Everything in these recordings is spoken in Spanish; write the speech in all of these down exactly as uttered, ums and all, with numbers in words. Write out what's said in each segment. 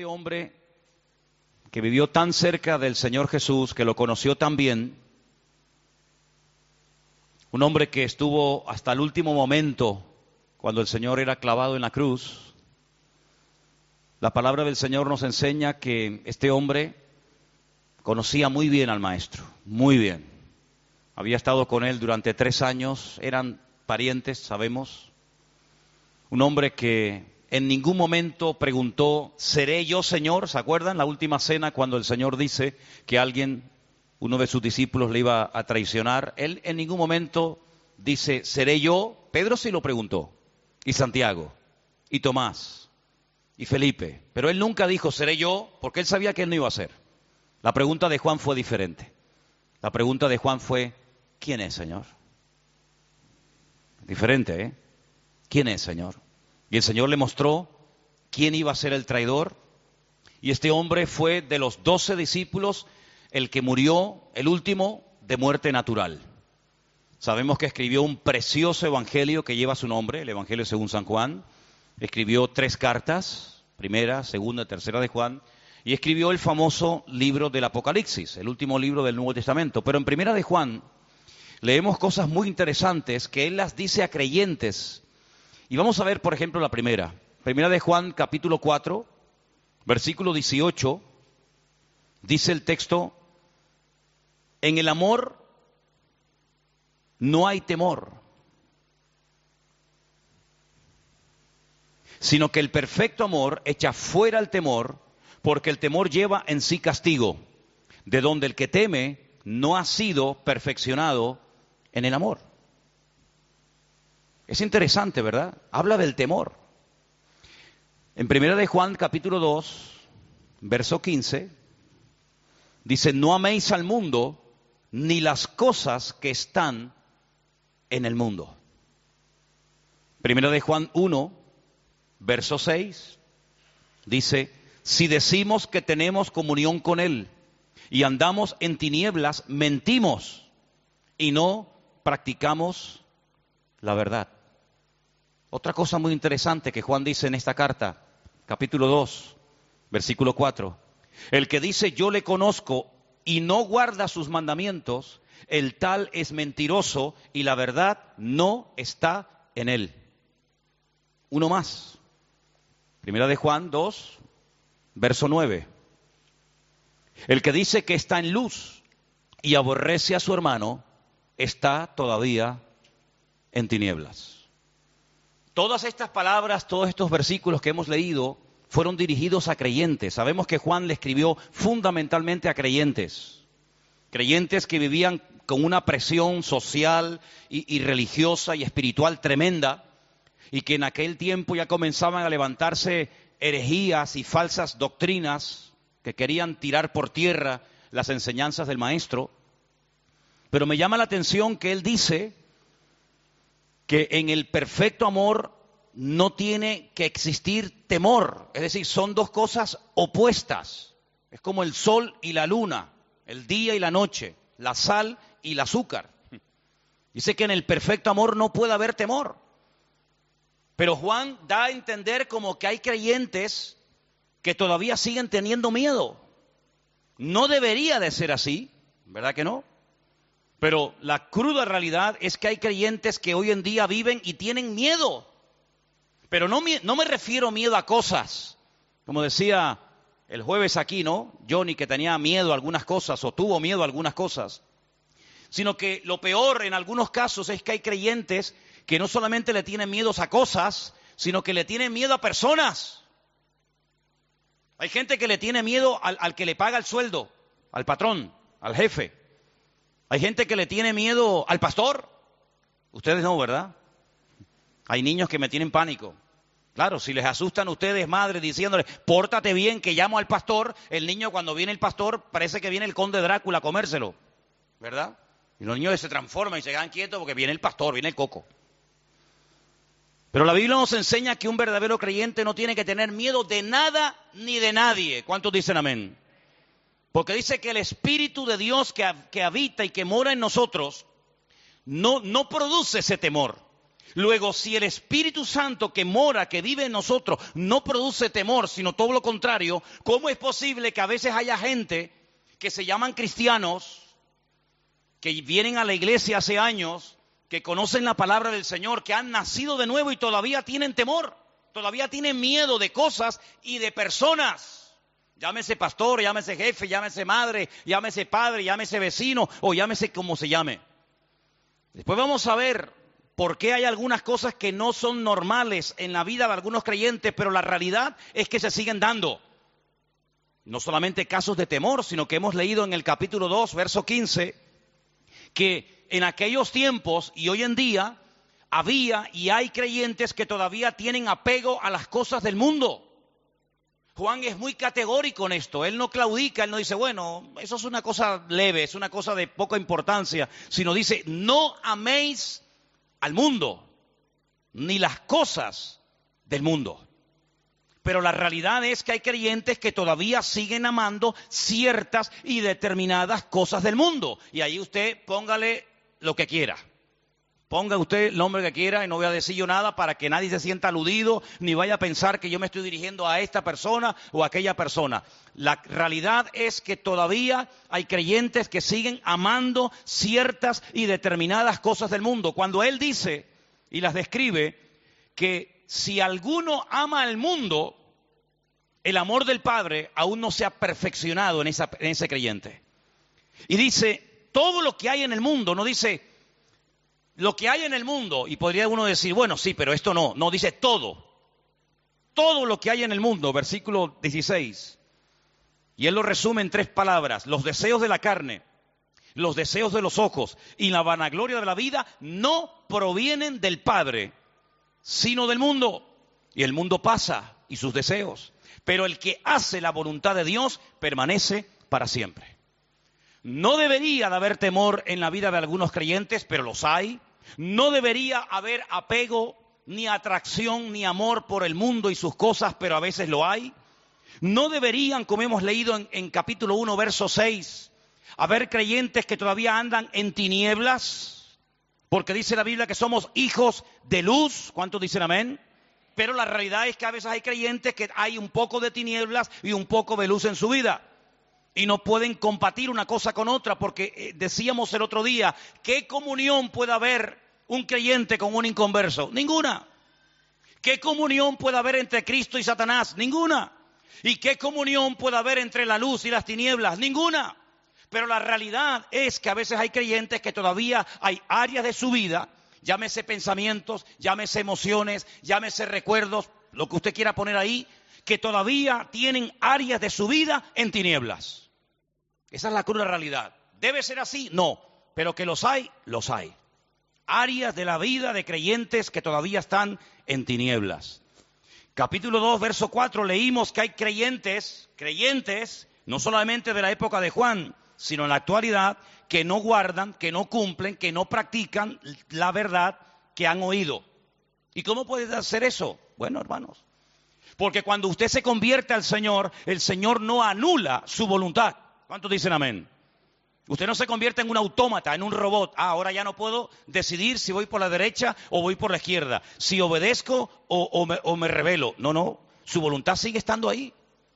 hombre que vivió tan cerca del Señor Jesús, que lo conoció tan bien, un hombre que estuvo hasta el último momento cuando el Señor era clavado en la cruz. La palabra del Señor nos enseña que este hombre conocía muy bien al Maestro, muy bien. Había estado con él durante tres años, eran parientes, sabemos. Un hombre que en ningún momento preguntó, ¿seré yo Señor? ¿Se acuerdan? La última cena, cuando el Señor dice que alguien, uno de sus discípulos, le iba a traicionar. Él en ningún momento dice, ¿seré yo? Pedro sí lo preguntó, y Santiago, y Tomás, y Felipe. Pero él nunca dijo, ¿seré yo? Porque él sabía que él no iba a ser. La pregunta de Juan fue diferente. La pregunta de Juan fue, ¿quién es, Señor? Diferente, ¿eh? ¿Quién es, Señor? Y el Señor le mostró quién iba a ser el traidor. Y este hombre fue de los doce discípulos el que murió, el último, de muerte natural. Sabemos que escribió un precioso evangelio que lleva su nombre, el Evangelio según San Juan. Escribió tres cartas, primera, segunda, tercera de Juan. Y escribió el famoso libro del Apocalipsis, el último libro del Nuevo Testamento. Pero en primera de Juan leemos cosas muy interesantes que él las dice a creyentes. Y vamos a ver, por ejemplo, la primera. Primera de Juan, capítulo cuatro, versículo dieciocho, dice el texto, en el amor no hay temor, sino que el perfecto amor echa fuera el temor, porque el temor lleva en sí castigo, de donde el que teme no ha sido perfeccionado en el amor. Es interesante, ¿verdad? Habla del temor. En primera de Juan, capítulo dos, verso quince, dice, no améis al mundo, ni las cosas que están en el mundo. Primera de Juan uno, verso seis, dice, si decimos que tenemos comunión con Él y andamos en tinieblas, mentimos y no practicamos la verdad. Otra cosa muy interesante que Juan dice en esta carta, capítulo dos, versículo cuatro. El que dice yo le conozco y no guarda sus mandamientos, el tal es mentiroso y la verdad no está en él. Uno más. Primera de Juan dos, verso nueve. El que dice que está en luz y aborrece a su hermano, está todavía en tinieblas. Todas estas palabras, todos estos versículos que hemos leído fueron dirigidos a creyentes. Sabemos que Juan le escribió fundamentalmente a creyentes. Creyentes que vivían con una presión social y, y religiosa y espiritual tremenda, y que en aquel tiempo ya comenzaban a levantarse herejías y falsas doctrinas que querían tirar por tierra las enseñanzas del Maestro. Pero me llama la atención que él dice que en el perfecto amor no tiene que existir temor. Es decir, son dos cosas opuestas. Es como el sol y la luna, el día y la noche, la sal y el azúcar. Dice que en el perfecto amor no puede haber temor. Pero Juan da a entender como que hay creyentes que todavía siguen teniendo miedo. No debería de ser así, ¿verdad que no? Pero la cruda realidad es que hay creyentes que hoy en día viven y tienen miedo. Pero no, no me refiero miedo a cosas. Como decía el jueves aquí, ¿no? Johnny, que tenía miedo a algunas cosas o tuvo miedo a algunas cosas. Sino que lo peor en algunos casos es que hay creyentes que no solamente le tienen miedo a cosas, sino que le tienen miedo a personas. Hay gente que le tiene miedo al, al que le paga el sueldo, al patrón, al jefe. Hay gente que le tiene miedo al pastor. Ustedes no, ¿verdad? Hay niños que me tienen pánico. Claro, si les asustan a ustedes, madres, diciéndoles, pórtate bien que llamo al pastor, el niño cuando viene el pastor parece que viene el conde Drácula a comérselo, ¿verdad? Y los niños se transforman y se quedan quietos porque viene el pastor, viene el coco. Pero la Biblia nos enseña que un verdadero creyente no tiene que tener miedo de nada ni de nadie. ¿Cuántos dicen amén? Porque dice que el Espíritu de Dios que, que habita y que mora en nosotros no, no produce ese temor. Luego, si el Espíritu Santo que mora, que vive en nosotros, no produce temor, sino todo lo contrario, ¿cómo es posible que a veces haya gente que se llaman cristianos, que vienen a la iglesia hace años, que conocen la palabra del Señor, que han nacido de nuevo y todavía tienen temor, todavía tienen miedo de cosas y de personas? Llámese pastor, llámese jefe, llámese madre, llámese padre, llámese vecino o llámese como se llame. Después vamos a ver por qué hay algunas cosas que no son normales en la vida de algunos creyentes, pero la realidad es que se siguen dando. No solamente casos de temor, sino que hemos leído en el capítulo dos, verso quince, que en aquellos tiempos y hoy en día había y hay creyentes que todavía tienen apego a las cosas del mundo. Juan es muy categórico en esto, él no claudica, él no dice, bueno, eso es una cosa leve, es una cosa de poca importancia, sino dice, no améis al mundo, ni las cosas del mundo. Pero la realidad es que hay creyentes que todavía siguen amando ciertas y determinadas cosas del mundo. Y ahí usted póngale lo que quiera. Ponga usted el nombre que quiera y no voy a decir yo nada para que nadie se sienta aludido ni vaya a pensar que yo me estoy dirigiendo a esta persona o a aquella persona. La realidad es que todavía hay creyentes que siguen amando ciertas y determinadas cosas del mundo. Cuando él dice y las describe que si alguno ama al mundo, el amor del Padre aún no se ha perfeccionado en, esa, en ese creyente. Y dice, todo lo que hay en el mundo, no dice lo que hay en el mundo, y podría uno decir, bueno, sí, pero esto no, no, dice todo, todo lo que hay en el mundo, versículo dieciséis, y él lo resume en tres palabras, los deseos de la carne, los deseos de los ojos y la vanagloria de la vida no provienen del Padre, sino del mundo, y el mundo pasa y sus deseos, pero el que hace la voluntad de Dios permanece para siempre. No debería de haber temor en la vida de algunos creyentes, pero los hay. No debería haber apego, ni atracción, ni amor por el mundo y sus cosas, pero a veces lo hay. No deberían, como hemos leído en, en capítulo uno, verso seis, haber creyentes que todavía andan en tinieblas, porque dice la Biblia que somos hijos de luz. ¿Cuántos dicen amén? Pero la realidad es que a veces hay creyentes que hay un poco de tinieblas y un poco de luz en su vida. Y no pueden compartir una cosa con otra, porque eh, decíamos el otro día, ¿qué comunión puede haber un creyente con un inconverso? Ninguna. ¿Qué comunión puede haber entre Cristo y Satanás? Ninguna. ¿Y qué comunión puede haber entre la luz y las tinieblas? Ninguna. Pero la realidad es que a veces hay creyentes que todavía hay áreas de su vida, llámese pensamientos, llámese emociones, llámese recuerdos, lo que usted quiera poner ahí, que todavía tienen áreas de su vida en tinieblas. Esa es la cruda realidad. ¿Debe ser así? No. Pero que los hay, los hay. Áreas de la vida de creyentes que todavía están en tinieblas. Capítulo dos, verso cuatro, leímos que hay creyentes, creyentes, no solamente de la época de Juan, sino en la actualidad, que no guardan, que no cumplen, que no practican la verdad que han oído. ¿Y cómo puede hacer eso? Bueno, hermanos, porque cuando usted se convierte al Señor, el Señor no anula su voluntad. ¿Cuántos dicen amén? Usted no se convierte en un autómata, en un robot. Ah, ahora ya no puedo decidir si voy por la derecha o voy por la izquierda, si obedezco o, o, me, o me rebelo. No, no, su voluntad sigue estando ahí.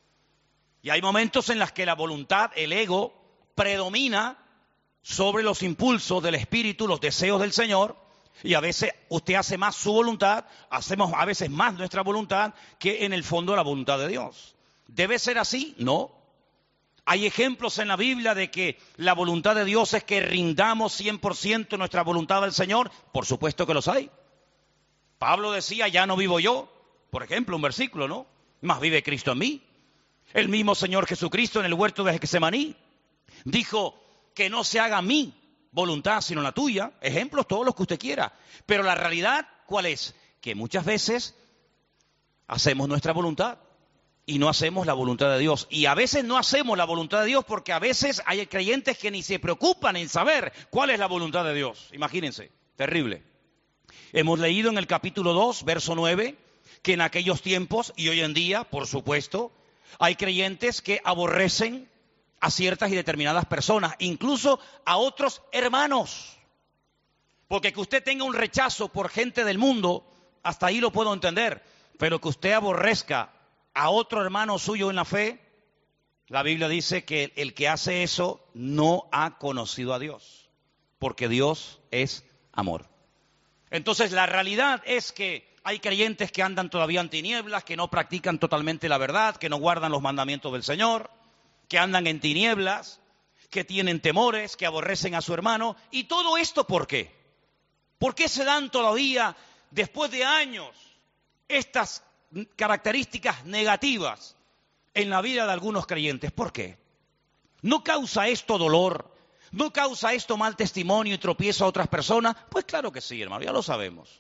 Y hay momentos en los que la voluntad, el ego, predomina sobre los impulsos del Espíritu, los deseos del Señor. Y a veces usted hace más su voluntad, hacemos a veces más nuestra voluntad que en el fondo la voluntad de Dios. ¿Debe ser así? No. Hay ejemplos en la Biblia de que la voluntad de Dios es que rindamos cien por ciento nuestra voluntad al Señor. Por supuesto que los hay. Pablo decía, ya no vivo yo, por ejemplo, un versículo, ¿no? Más vive Cristo en mí. El mismo Señor Jesucristo en el huerto de Getsemaní dijo que no se haga mi voluntad sino la tuya. Ejemplos todos los que usted quiera. Pero la realidad, ¿cuál es? Que muchas veces hacemos nuestra voluntad y no hacemos la voluntad de Dios. Y a veces no hacemos la voluntad de Dios porque a veces hay creyentes que ni se preocupan en saber cuál es la voluntad de Dios. Imagínense, terrible. Hemos leído en el capítulo dos, verso nueve, que en aquellos tiempos y hoy en día, por supuesto, hay creyentes que aborrecen a ciertas y determinadas personas, incluso a otros hermanos. Porque que usted tenga un rechazo por gente del mundo, hasta ahí lo puedo entender. Pero que usted aborrezca a otro hermano suyo en la fe, la Biblia dice que el que hace eso no ha conocido a Dios. Porque Dios es amor. Entonces la realidad es que hay creyentes que andan todavía en tinieblas, que no practican totalmente la verdad, que no guardan los mandamientos del Señor, que andan en tinieblas, que tienen temores, que aborrecen a su hermano. ¿Y todo esto por qué? ¿Por qué se dan todavía, después de años, estas características negativas en la vida de algunos creyentes? ¿Por qué? ¿No causa esto dolor? ¿No causa esto mal testimonio y tropiezo a otras personas? Pues claro que sí, hermano, ya lo sabemos.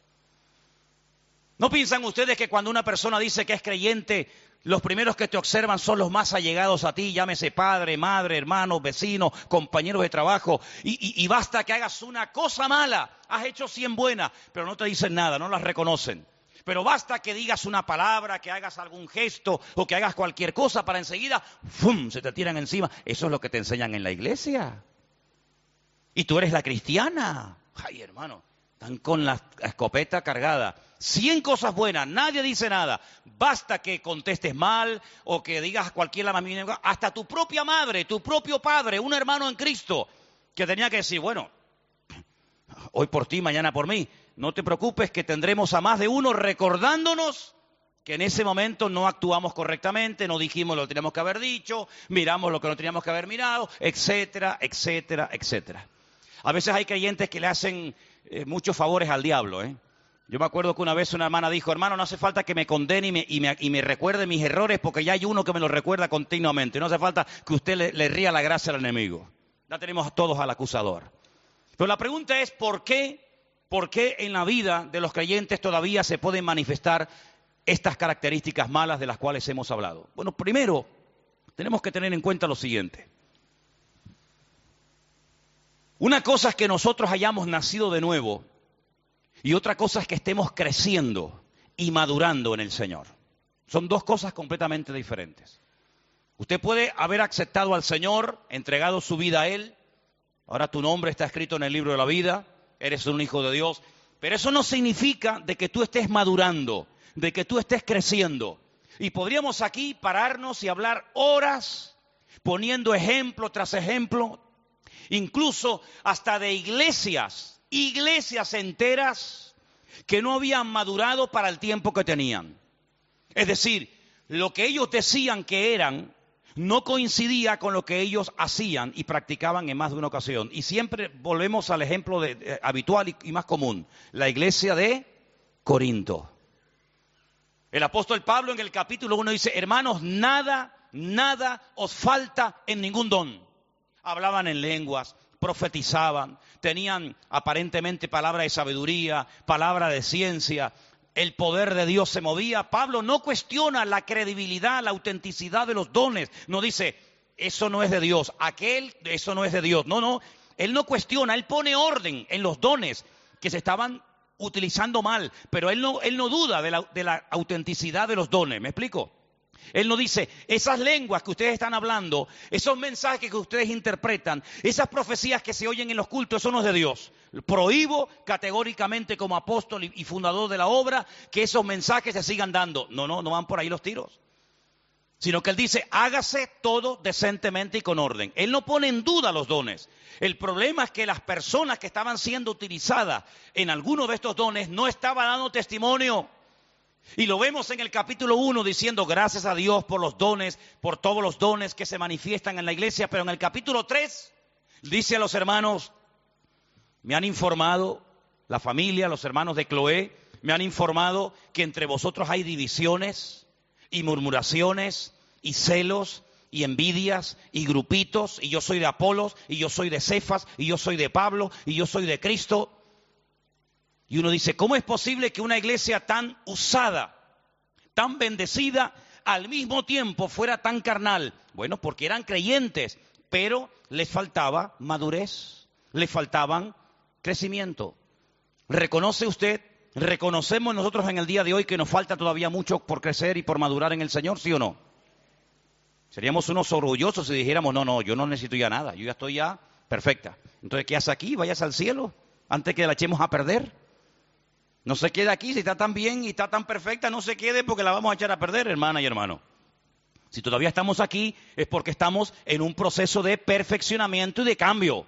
¿No piensan ustedes que cuando una persona dice que es creyente, los primeros que te observan son los más allegados a ti, llámese padre, madre, hermanos, vecinos, compañeros de trabajo, y, y, y basta que hagas una cosa mala, has hecho cien buenas, pero no te dicen nada, no las reconocen. Pero basta que digas una palabra, que hagas algún gesto o que hagas cualquier cosa para enseguida, ¡fum!, se te tiran encima. Eso es lo que te enseñan en la iglesia. Y tú eres la cristiana. Ay, hermano, están con la escopeta cargada. Cien cosas buenas, nadie dice nada. Basta que contestes mal o que digas cualquier lamento. Hasta tu propia madre, tu propio padre, un hermano en Cristo, que tenía que decir, bueno, hoy por ti, mañana por mí. No te preocupes que tendremos a más de uno recordándonos que en ese momento no actuamos correctamente, no dijimos lo que teníamos que haber dicho, miramos lo que no teníamos que haber mirado, etcétera, etcétera, etcétera. A veces hay creyentes que le hacen eh, muchos favores al diablo, ¿eh? Yo me acuerdo que una vez una hermana dijo, hermano, no hace falta que me condene y me, y me, y me recuerde mis errores porque ya hay uno que me los recuerda continuamente. No hace falta que usted le, le ría la gracia al enemigo. Ya tenemos todos al acusador. Pero la pregunta es, ¿por qué? ¿Por qué en la vida de los creyentes todavía se pueden manifestar estas características malas de las cuales hemos hablado? Bueno, primero, tenemos que tener en cuenta lo siguiente. Una cosa es que nosotros hayamos nacido de nuevo y otra cosa es que estemos creciendo y madurando en el Señor. Son dos cosas completamente diferentes. Usted puede haber aceptado al Señor, entregado su vida a Él. Ahora tu nombre está escrito en el libro de la vida. Eres un hijo de Dios. Pero eso no significa de que tú estés madurando, de que tú estés creciendo. Y podríamos aquí pararnos y hablar horas poniendo ejemplo tras ejemplo, incluso hasta de iglesias, iglesias enteras que no habían madurado para el tiempo que tenían. Es decir, lo que ellos decían que eran no coincidía con lo que ellos hacían y practicaban en más de una ocasión. Y siempre volvemos al ejemplo de, eh, habitual y, y más común, la iglesia de Corinto. El apóstol Pablo en el capítulo uno dice, hermanos, nada, nada os falta en ningún don. Hablaban en lenguas, profetizaban, tenían aparentemente palabra de sabiduría, palabra de ciencia. El poder de Dios se movía. Pablo no cuestiona la credibilidad, la autenticidad de los dones. No dice, eso no es de Dios, aquel, eso no es de Dios. No, no, él no cuestiona, él pone orden en los dones que se estaban utilizando mal. Pero él no, él no duda de la, de la autenticidad de los dones. ¿Me explico? Él no dice, esas lenguas que ustedes están hablando, esos mensajes que ustedes interpretan, esas profecías que se oyen en los cultos, eso no es de Dios. Prohíbo categóricamente como apóstol y fundador de la obra que esos mensajes se sigan dando. No, no, no van por ahí los tiros. Sino que él dice, hágase todo decentemente y con orden. Él no pone en duda los dones. El problema es que las personas que estaban siendo utilizadas en alguno de estos dones no estaban dando testimonio. Y lo vemos en el capítulo uno diciendo gracias a Dios por los dones, por todos los dones que se manifiestan en la iglesia. Pero en el capítulo tres dice a los hermanos, me han informado, la familia, los hermanos de Cloé, me han informado que entre vosotros hay divisiones y murmuraciones y celos y envidias y grupitos, y yo soy de Apolos, y yo soy de Cefas, y yo soy de Pablo, y yo soy de Cristo. Y uno dice, ¿cómo es posible que una iglesia tan usada, tan bendecida, al mismo tiempo fuera tan carnal? Bueno, porque eran creyentes, pero les faltaba madurez, les faltaban crecimiento. ¿Reconoce usted, reconocemos nosotros en el día de hoy que nos falta todavía mucho por crecer y por madurar en el Señor, sí o no? Seríamos unos orgullosos si dijéramos, no, no, yo no necesito ya nada, yo ya estoy ya perfecta. Entonces, ¿qué hace aquí? Váyase al cielo. antes que la echemos a perder. No se quede aquí, si está tan bien y está tan perfecta, no se quede porque la vamos a echar a perder, hermana y hermano. Si todavía estamos aquí es porque estamos en un proceso de perfeccionamiento y de cambio.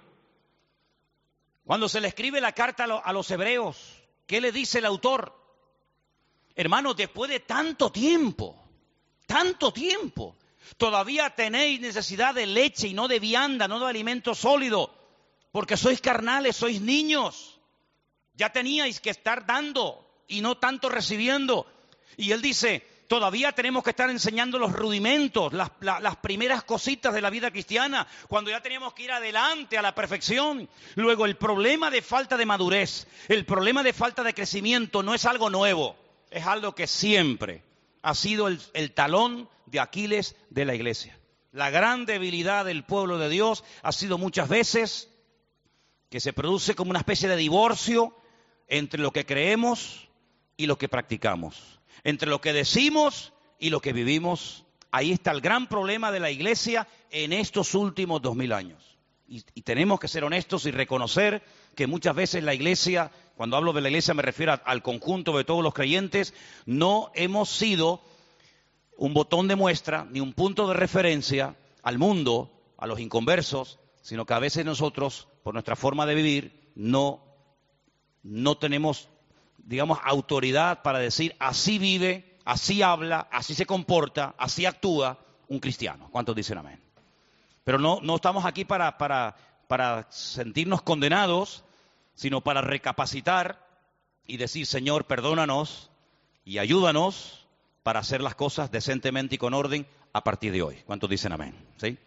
Cuando se le escribe la carta a los hebreos, ¿qué le dice el autor? Hermanos, después de tanto tiempo, tanto tiempo, todavía tenéis necesidad de leche y no de vianda, no de alimento sólido, porque sois carnales, sois niños. Ya teníais que estar dando y no tanto recibiendo. Y él dice, todavía tenemos que estar enseñando los rudimentos, las, la, las primeras cositas de la vida cristiana, cuando ya teníamos que ir adelante a la perfección. Luego, el problema de falta de madurez, el problema de falta de crecimiento no es algo nuevo, es algo que siempre ha sido el, el talón de Aquiles de la iglesia. La gran debilidad del pueblo de Dios ha sido muchas veces que se produce como una especie de divorcio entre lo que creemos y lo que practicamos, entre lo que decimos y lo que vivimos. Ahí está el gran problema de la iglesia en estos últimos dos mil años. Y, y tenemos que ser honestos y reconocer que muchas veces la iglesia, cuando hablo de la iglesia me refiero a, al conjunto de todos los creyentes, no hemos sido un botón de muestra ni un punto de referencia al mundo, a los inconversos, sino que a veces nosotros, por nuestra forma de vivir, no No tenemos, digamos, autoridad para decir así vive, así habla, así se comporta, así actúa un cristiano. ¿Cuántos dicen amén? Pero no, no estamos aquí para, para, para sentirnos condenados, sino para recapacitar y decir, Señor, perdónanos y ayúdanos para hacer las cosas decentemente y con orden a partir de hoy. ¿Cuántos dicen amén? ¿Sí?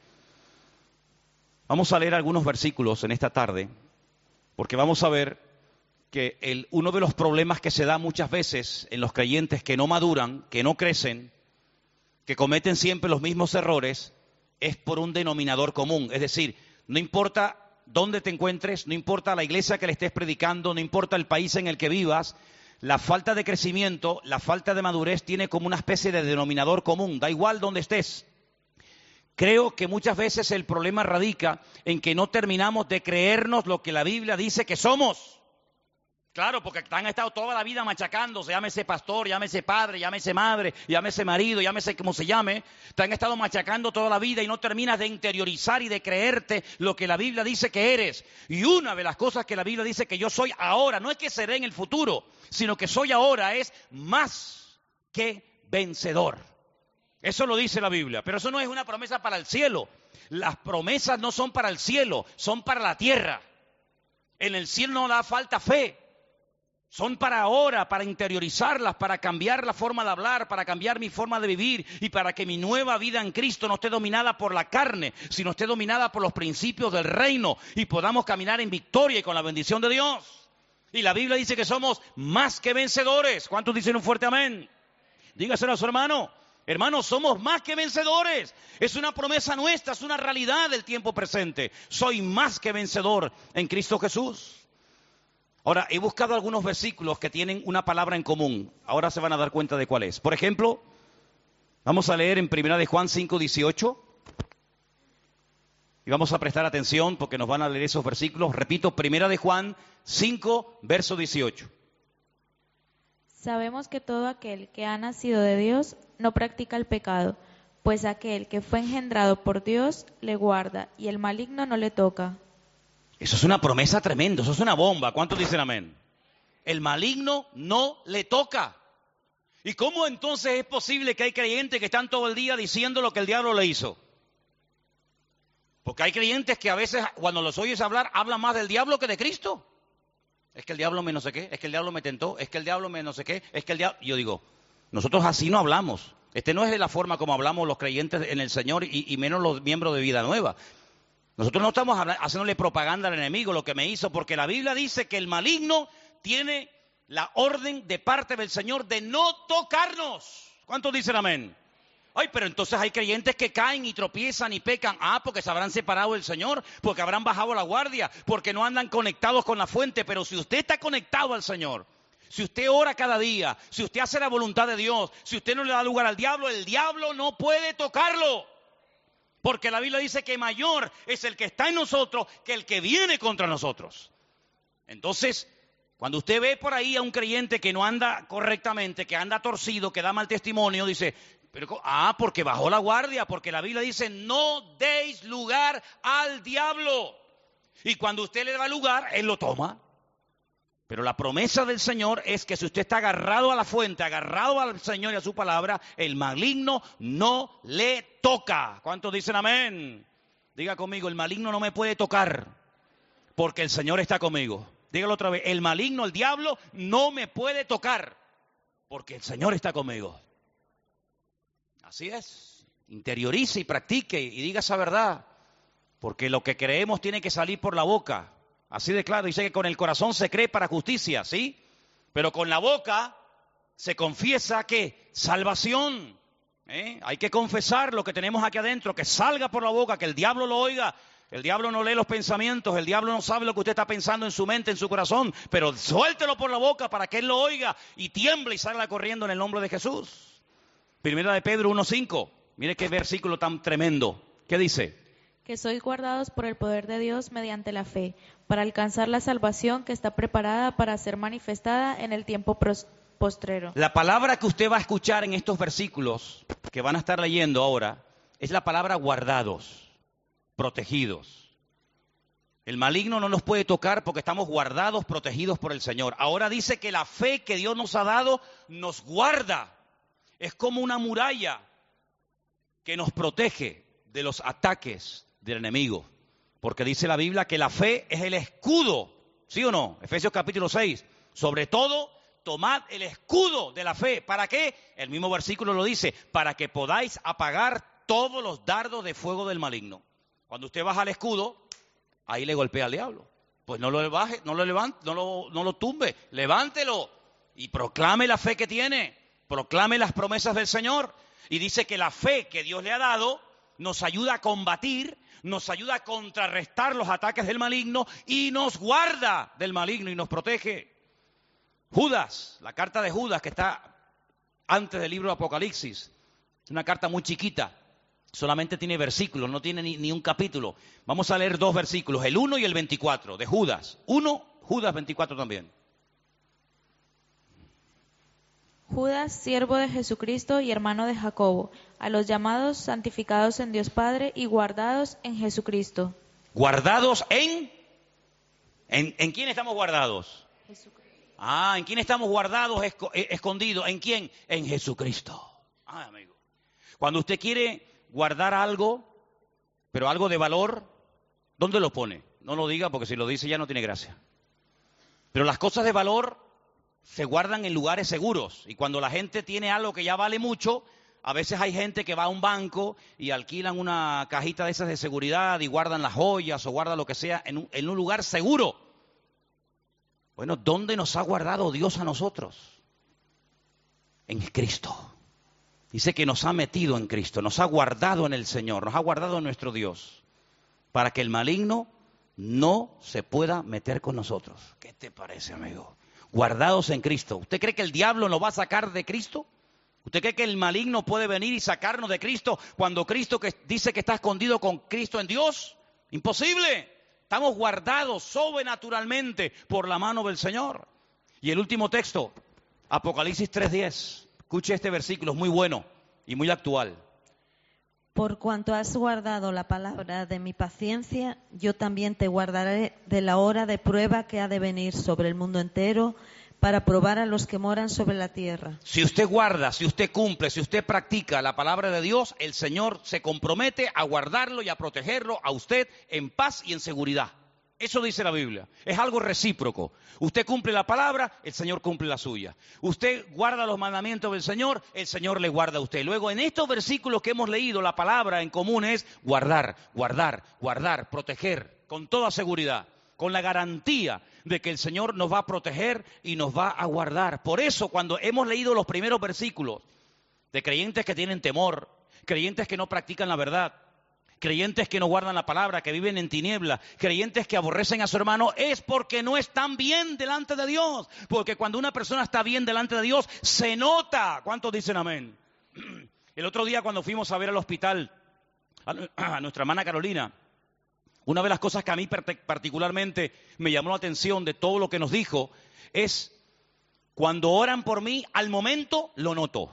Vamos a leer algunos versículos en esta tarde, porque vamos a ver que el, uno de los problemas que se da muchas veces en los creyentes que no maduran, que no crecen, que cometen siempre los mismos errores, es por un denominador común. Es decir, no importa dónde te encuentres, no importa la iglesia que le estés predicando, no importa el país en el que vivas, la falta de crecimiento, la falta de madurez tiene como una especie de denominador común, da igual dónde estés. Creo que muchas veces el problema radica en que no terminamos de creernos lo que la Biblia dice que somos. Claro, porque han estado toda la vida machacándose, llámese pastor, llámese padre, llámese madre, llámese marido, llámese como se llame. Te han estado machacando toda la vida y no terminas de interiorizar y de creerte lo que la Biblia dice que eres. Y una de las cosas que la Biblia dice que yo soy ahora, no es que seré en el futuro, sino que soy ahora, es más que vencedor. Eso lo dice la Biblia, pero eso no es una promesa para el cielo. Las promesas no son para el cielo, son para la tierra. En el cielo no da falta fe. Son para ahora, para interiorizarlas, para cambiar la forma de hablar, para cambiar mi forma de vivir y para que mi nueva vida en Cristo no esté dominada por la carne, sino esté dominada por los principios del reino y podamos caminar en victoria y con la bendición de Dios. Y la Biblia dice que somos más que vencedores. ¿Cuántos dicen un fuerte amén? Dígaselo a su hermano. Hermanos, somos más que vencedores. Es una promesa nuestra, es una realidad del tiempo presente. Soy más que vencedor en Cristo Jesús. Ahora, he buscado algunos versículos que tienen una palabra en común. Ahora se van a dar cuenta de cuál es. Por ejemplo, vamos a leer en Primera de Juan cinco, dieciocho. Y vamos a prestar atención porque nos van a leer esos versículos. Repito, Primera de Juan cinco, verso dieciocho. Sabemos que todo aquel que ha nacido de Dios no practica el pecado, pues aquel que fue engendrado por Dios le guarda y el maligno no le toca. Eso es una promesa tremenda, eso es una bomba. ¿Cuántos dicen amén? El maligno no le toca. ¿Y cómo entonces es posible que hay creyentes que están todo el día diciendo lo que el diablo le hizo? Porque hay creyentes que a veces cuando los oyes hablar, hablan más del diablo que de Cristo. Es que el diablo me no sé qué, es que el diablo me tentó, es que el diablo me no sé qué, es que el diablo... Yo digo, nosotros así no hablamos. Este no es de la forma como hablamos los creyentes en el Señor y, y menos los miembros de Vida Nueva. Nosotros no estamos haciéndole propaganda al enemigo, lo que me hizo, porque la Biblia dice que el maligno tiene la orden de parte del Señor de no tocarnos. ¿Cuántos dicen amén? Ay, pero entonces hay creyentes que caen y tropiezan y pecan. Ah, porque se habrán separado del Señor, porque habrán bajado la guardia, porque no andan conectados con la fuente. Pero si usted está conectado al Señor, si usted ora cada día, si usted hace la voluntad de Dios, si usted no le da lugar al diablo, el diablo no puede tocarlo. Porque la Biblia dice que mayor es el que está en nosotros que el que viene contra nosotros. Entonces, cuando usted ve por ahí a un creyente que no anda correctamente, que anda torcido, que da mal testimonio, dice, pero, ah, porque bajó la guardia, porque la Biblia dice, no deis lugar al diablo. Y cuando usted le da lugar, él lo toma. Pero la promesa del Señor es que si usted está agarrado a la fuente, agarrado al Señor y a su palabra, el maligno no le toca. ¿Cuántos dicen amén? Diga conmigo, el maligno no me puede tocar porque el Señor está conmigo. Dígalo otra vez, el maligno, el diablo, no me puede tocar porque el Señor está conmigo. Así es. Interiorice y practique y diga esa verdad, porque lo que creemos tiene que salir por la boca. Así de claro, dice que con el corazón se cree para justicia, ¿sí? Pero con la boca se confiesa que salvación. ¿eh? Hay que confesar lo que tenemos aquí adentro, que salga por la boca, que el diablo lo oiga. El diablo no lee los pensamientos, el diablo no sabe lo que usted está pensando en su mente, en su corazón, pero suéltelo por la boca para que él lo oiga y tiemble y salga corriendo en el nombre de Jesús. Primera de Pedro uno cinco, mire qué versículo tan tremendo. ¿Qué dice? Que sois guardados por el poder de Dios mediante la fe, para alcanzar la salvación que está preparada para ser manifestada en el tiempo postrero. La palabra que usted va a escuchar en estos versículos que van a estar leyendo ahora es la palabra guardados, protegidos. El maligno no nos puede tocar porque estamos guardados, protegidos por el Señor. Ahora dice que la fe que Dios nos ha dado nos guarda. Es como una muralla que nos protege de los ataques del enemigo, porque dice la Biblia que la fe es el escudo, ¿sí o no? Efesios capítulo seis, sobre todo tomad el escudo de la fe, ¿para qué? El mismo versículo lo dice, para que podáis apagar todos los dardos de fuego del maligno. Cuando usted baja el escudo, ahí le golpea al diablo, pues no lo baje, no lo levante, no lo, no lo tumbe, levántelo y proclame la fe que tiene, proclame las promesas del Señor, y dice que la fe que Dios le ha dado nos ayuda a combatir, nos ayuda a contrarrestar los ataques del maligno y nos guarda del maligno y nos protege. Judas, la carta de Judas que está antes del libro de Apocalipsis, es una carta muy chiquita, solamente tiene versículos, no tiene ni, ni un capítulo. Vamos a leer dos versículos, el uno y el veinticuatro de Judas. uno, Judas veinticuatro también. Judas, siervo de Jesucristo y hermano de Jacobo, a los llamados, santificados en Dios Padre y guardados en Jesucristo. ¿Guardados en? ¿En, en quién estamos guardados? Jesucristo. Ah, ¿en quién estamos guardados, esco, escondidos? ¿En quién? En Jesucristo. Ah, amigo. Cuando usted quiere guardar algo, pero algo de valor, ¿dónde lo pone? No lo diga porque si lo dice ya no tiene gracia. Pero las cosas de valor se guardan en lugares seguros, y cuando la gente tiene algo que ya vale mucho, a veces hay gente que va a un banco y alquilan una cajita de esas de seguridad y guardan las joyas o guardan lo que sea en un, en un lugar seguro. Bueno, ¿dónde nos ha guardado Dios a nosotros? En Cristo. Dice que nos ha metido en Cristo, nos ha guardado en el Señor, nos ha guardado en nuestro Dios, para que el maligno no se pueda meter con nosotros. ¿Qué te parece, amigo? Guardados en Cristo. ¿Usted cree que el diablo nos va a sacar de Cristo? ¿Usted cree que el maligno puede venir y sacarnos de Cristo cuando Cristo que dice que está escondido con Cristo en Dios? Imposible. Estamos guardados sobrenaturalmente por la mano del Señor. Y el último texto, Apocalipsis tres diez. Escuche este versículo, es muy bueno y muy actual. Por cuanto has guardado la palabra de mi paciencia, yo también te guardaré de la hora de prueba que ha de venir sobre el mundo entero para probar a los que moran sobre la tierra. Si usted guarda, si usted cumple, si usted practica la palabra de Dios, el Señor se compromete a guardarlo y a protegerlo a usted en paz y en seguridad. Eso dice la Biblia. Es algo recíproco. Usted cumple la palabra, el Señor cumple la suya. Usted guarda los mandamientos del Señor, el Señor le guarda a usted. Luego, en estos versículos que hemos leído, la palabra en común es guardar, guardar, guardar, proteger, con toda seguridad, con la garantía de que el Señor nos va a proteger y nos va a guardar. Por eso, cuando hemos leído los primeros versículos de creyentes que tienen temor, creyentes que no practican la verdad, creyentes que no guardan la palabra, que viven en tinieblas, creyentes que aborrecen a su hermano, es porque no están bien delante de Dios. Porque cuando una persona está bien delante de Dios, se nota. ¿Cuántos dicen amén? El otro día cuando fuimos a ver al hospital a nuestra hermana Carolina, Una de las cosas que a mí particularmente me llamó la atención de todo lo que nos dijo es, cuando oran por mí, al momento lo noto.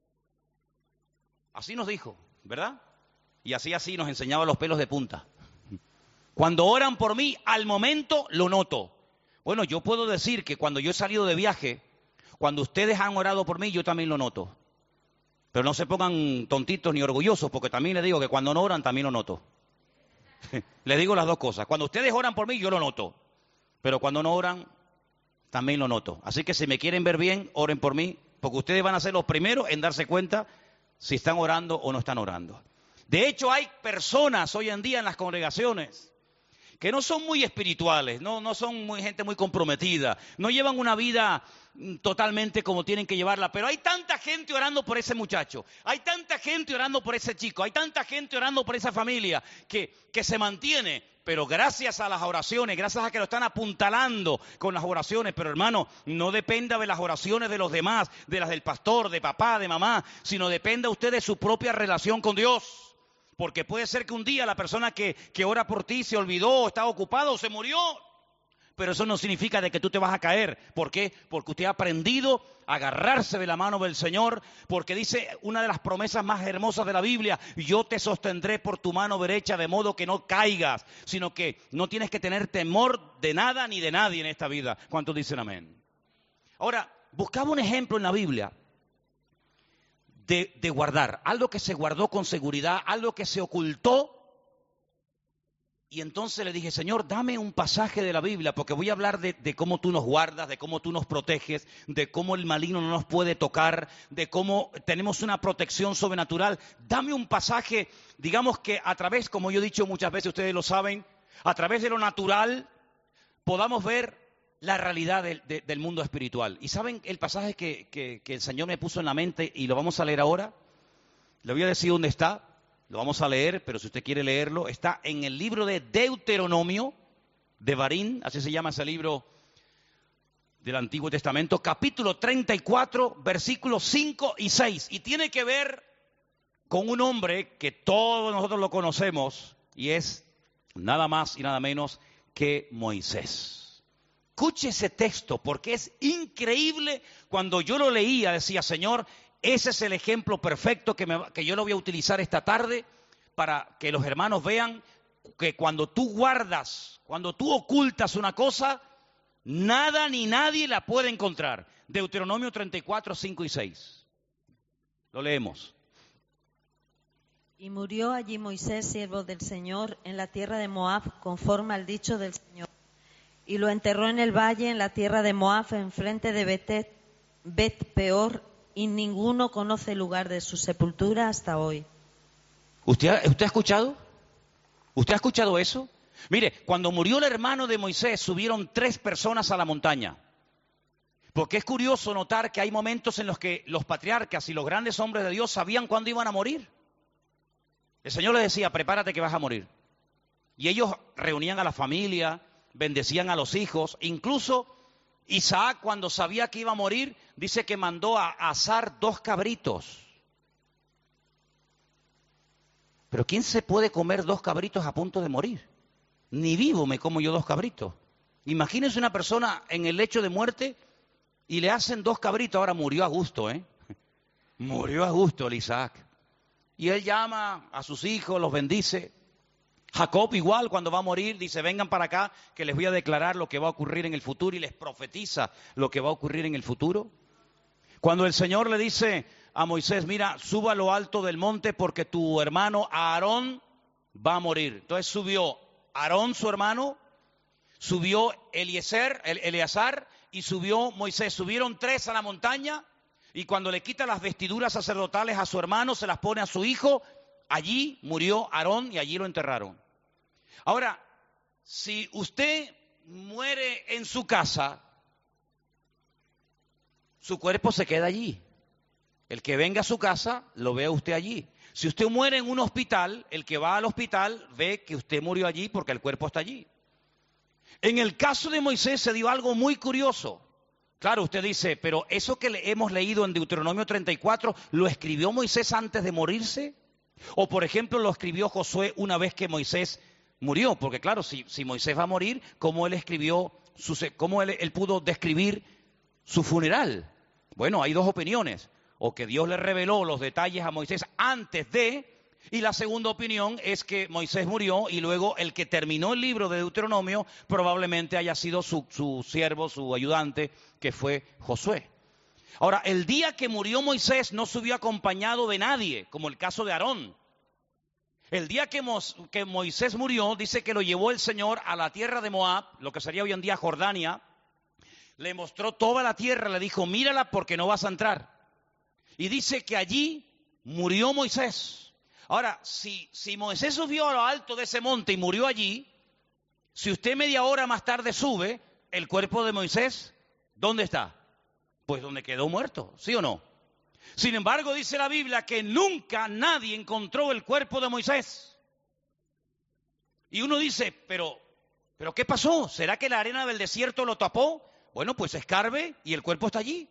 Así nos dijo, ¿verdad? Y así así nos enseñaba los pelos de punta. Cuando oran por mí, al momento lo noto. Bueno, yo puedo decir que cuando yo he salido de viaje, cuando ustedes han orado por mí, yo también lo noto. Pero no se pongan tontitos ni orgullosos, porque también les digo que cuando no oran, también lo noto. Les digo las dos cosas. Cuando ustedes oran por mí, yo lo noto. Pero cuando no oran, también lo noto. Así que si me quieren ver bien, oren por mí, porque ustedes van a ser los primeros en darse cuenta si están orando o no están orando. De hecho, hay personas hoy en día en las congregaciones que no son muy espirituales, no, no son muy, gente muy comprometida, no llevan una vida totalmente como tienen que llevarla, pero hay tanta gente orando por ese muchacho, hay tanta gente orando por ese chico, hay tanta gente orando por esa familia que, que se mantiene, pero gracias a las oraciones, gracias a que lo están apuntalando con las oraciones, pero hermano, no dependa de las oraciones de los demás, de las del pastor, de papá, de mamá, sino dependa usted de su propia relación con Dios. Porque puede ser que un día la persona que, que ora por ti se olvidó, estaba ocupado o se murió. Pero eso no significa de que tú te vas a caer. ¿Por qué? Porque usted ha aprendido a agarrarse de la mano del Señor. Porque dice una de las promesas más hermosas de la Biblia: yo te sostendré por tu mano derecha de modo que no caigas. Sino que no tienes que tener temor de nada ni de nadie en esta vida. ¿Cuántos dicen amén? Ahora, buscaba un ejemplo en la Biblia. De, de guardar, algo que se guardó con seguridad, algo que se ocultó. Y entonces le dije, Señor, dame un pasaje de la Biblia, porque voy a hablar de, de cómo tú nos guardas, de cómo tú nos proteges, de cómo el maligno no nos puede tocar, de cómo tenemos una protección sobrenatural. Dame un pasaje, digamos que a través, como yo he dicho muchas veces, ustedes lo saben, a través de lo natural podamos ver la realidad del, de, del mundo espiritual. ¿Y saben el pasaje que, que, que el Señor me puso en la mente y lo vamos a leer ahora? Le voy a decir dónde está, lo vamos a leer, pero si usted quiere leerlo, está en el libro de Deuteronomio, de Barín, así se llama ese libro del Antiguo Testamento, capítulo treinta y cuatro, versículos cinco y seis. Y tiene que ver con un hombre que todos nosotros lo conocemos, y es nada más y nada menos que Moisés. Escuche ese texto, porque es increíble. Cuando yo lo leía, decía, Señor, ese es el ejemplo perfecto que, me, que yo lo voy a utilizar esta tarde para que los hermanos vean que cuando tú guardas, cuando tú ocultas una cosa, nada ni nadie la puede encontrar. Deuteronomio treinta y cuatro, cinco y seis. Lo leemos. Y murió allí Moisés, siervo del Señor, en la tierra de Moab, conforme al dicho del Señor. Y lo enterró en el valle, en la tierra de Moab, enfrente de Bet, Bet Peor, y ninguno conoce el lugar de su sepultura hasta hoy. ¿Usted ha, ¿Usted ha escuchado? ¿Usted ha escuchado eso? Mire, cuando murió el hermano de Moisés, subieron tres personas a la montaña. Porque es curioso notar que hay momentos en los que los patriarcas y los grandes hombres de Dios sabían cuándo iban a morir. El Señor les decía, prepárate que vas a morir. Y ellos reunían a la familia, bendecían a los hijos. Incluso Isaac, cuando sabía que iba a morir, dice que mandó a asar dos cabritos. Pero ¿quién se puede comer dos cabritos a punto de morir? Ni vivo me como yo dos cabritos. Imagínense una persona en el lecho de muerte y le hacen dos cabritos. Ahora murió a gusto, ¿eh? Murió a gusto el Isaac. Y él llama a sus hijos, los bendice. Jacob igual, cuando va a morir, dice, vengan para acá, que les voy a declarar lo que va a ocurrir en el futuro, y les profetiza lo que va a ocurrir en el futuro. Cuando el Señor le dice a Moisés, mira, suba a lo alto del monte porque tu hermano Aarón va a morir. Entonces subió Aarón, su hermano, subió Eliezer, Eleazar, y subió Moisés. Subieron tres a la montaña, y cuando le quita las vestiduras sacerdotales a su hermano, se las pone a su hijo. Allí murió Aarón y allí lo enterraron. Ahora, si usted muere en su casa, su cuerpo se queda allí. El que venga a su casa, lo ve a usted allí. Si usted muere en un hospital, el que va al hospital ve que usted murió allí porque el cuerpo está allí. En el caso de Moisés se dio algo muy curioso. Claro, usted dice, pero eso que le hemos leído en Deuteronomio treinta y cuatro, ¿lo escribió Moisés antes de morirse? O, por ejemplo, lo escribió Josué una vez que Moisés murió, porque claro, si, si Moisés va a morir, ¿cómo él escribió, su, cómo él, él pudo describir su funeral? Bueno, hay dos opiniones, o que Dios le reveló los detalles a Moisés antes de, y la segunda opinión es que Moisés murió y luego el que terminó el libro de Deuteronomio probablemente haya sido su, su siervo, su ayudante, que fue Josué. Ahora, el día que murió Moisés no subió acompañado de nadie, como el caso de Aarón. El día que, Mo, que Moisés murió, dice que lo llevó el Señor a la tierra de Moab, lo que sería hoy en día Jordania, le mostró toda la tierra, le dijo, mírala porque no vas a entrar. Y dice que allí murió Moisés. Ahora, si, si Moisés subió a lo alto de ese monte y murió allí, si usted media hora más tarde sube, el cuerpo de Moisés, ¿dónde está? Pues donde quedó muerto, ¿sí o no? Sin embargo, dice la Biblia que nunca nadie encontró el cuerpo de Moisés. Y uno dice, pero, pero ¿qué pasó? ¿Será que la arena del desierto lo tapó? Bueno, pues escarbe y el cuerpo está allí.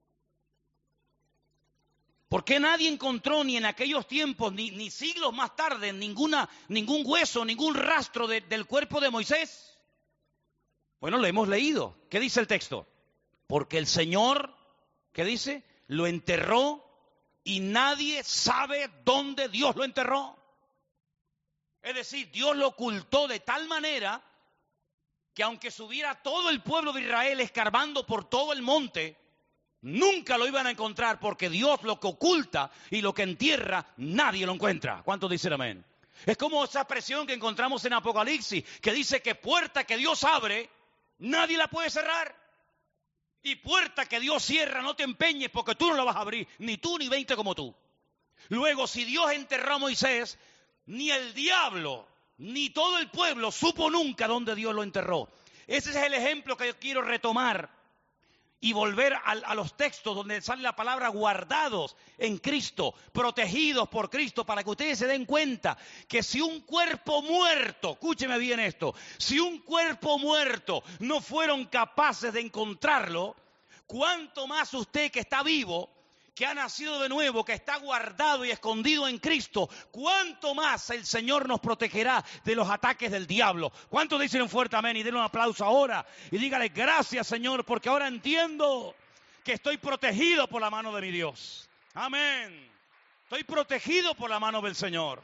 ¿Por qué nadie encontró ni en aquellos tiempos, ni, ni siglos más tarde, ninguna, ningún hueso, ningún rastro de, del cuerpo de Moisés? Bueno, lo hemos leído. ¿Qué dice el texto? Porque el Señor, ¿qué dice? Lo enterró y nadie sabe dónde Dios lo enterró. Es decir, Dios lo ocultó de tal manera que aunque subiera todo el pueblo de Israel escarbando por todo el monte, nunca lo iban a encontrar porque Dios lo que oculta y lo que entierra, nadie lo encuentra. ¿Cuántos dicen amén? Es como esa expresión que encontramos en Apocalipsis, que dice que puerta que Dios abre, nadie la puede cerrar. Y puerta que Dios cierra, no te empeñes porque tú no la vas a abrir, ni tú ni veinte como tú. Luego, si Dios enterró a Moisés, ni el diablo, ni todo el pueblo supo nunca dónde Dios lo enterró. Ese es el ejemplo que yo quiero retomar y volver a, a los textos donde sale la palabra guardados en Cristo, protegidos por Cristo, para que ustedes se den cuenta que si un cuerpo muerto, escúcheme bien esto, si un cuerpo muerto no fueron capaces de encontrarlo, cuánto más usted que está vivo, que ha nacido de nuevo, que está guardado y escondido en Cristo, cuánto más el Señor nos protegerá de los ataques del diablo. ¿Cuántos dicen un fuerte amén y denle un aplauso ahora? Y dígale gracias, Señor, porque ahora entiendo que estoy protegido por la mano de mi Dios. Amén. Estoy protegido por la mano del Señor.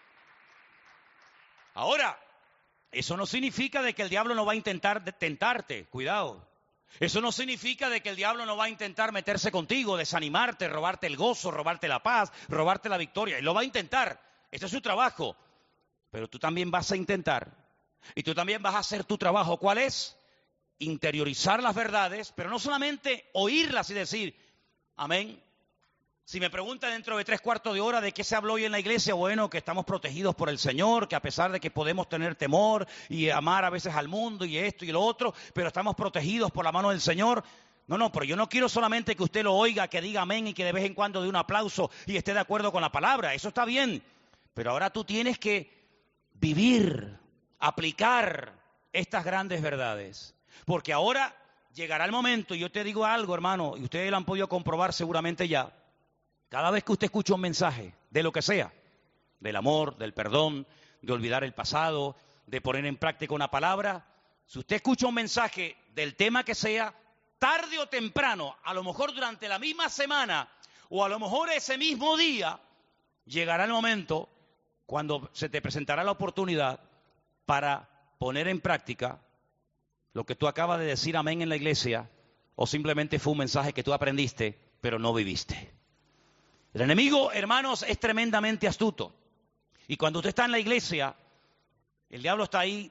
Ahora, eso no significa de que el diablo no va a intentar tentarte. Cuidado. Eso no significa de que el diablo no va a intentar meterse contigo, desanimarte, robarte el gozo, robarte la paz, robarte la victoria. Él lo va a intentar. Ese es su trabajo. Pero tú también vas a intentar. Y tú también vas a hacer tu trabajo. ¿Cuál es? Interiorizar las verdades, pero no solamente oírlas y decir, amén. Si me preguntan dentro de tres cuartos de hora de qué se habló hoy en la iglesia, bueno, que estamos protegidos por el Señor, que a pesar de que podemos tener temor y amar a veces al mundo y esto y lo otro, pero estamos protegidos por la mano del Señor. No, no, pero yo no quiero solamente que usted lo oiga, que diga amén y que de vez en cuando dé un aplauso y esté de acuerdo con la palabra. Eso está bien, pero ahora tú tienes que vivir, aplicar estas grandes verdades. Porque ahora llegará el momento, y yo te digo algo, hermano, y ustedes lo han podido comprobar seguramente ya. Cada vez que usted escucha un mensaje, de lo que sea, del amor, del perdón, de olvidar el pasado, de poner en práctica una palabra, si usted escucha un mensaje del tema que sea, tarde o temprano, a lo mejor durante la misma semana o a lo mejor ese mismo día, llegará el momento cuando se te presentará la oportunidad para poner en práctica lo que tú acabas de decir amén en la iglesia, o simplemente fue un mensaje que tú aprendiste, pero no viviste. El enemigo, hermanos, es tremendamente astuto. Y cuando usted está en la iglesia, el diablo está ahí.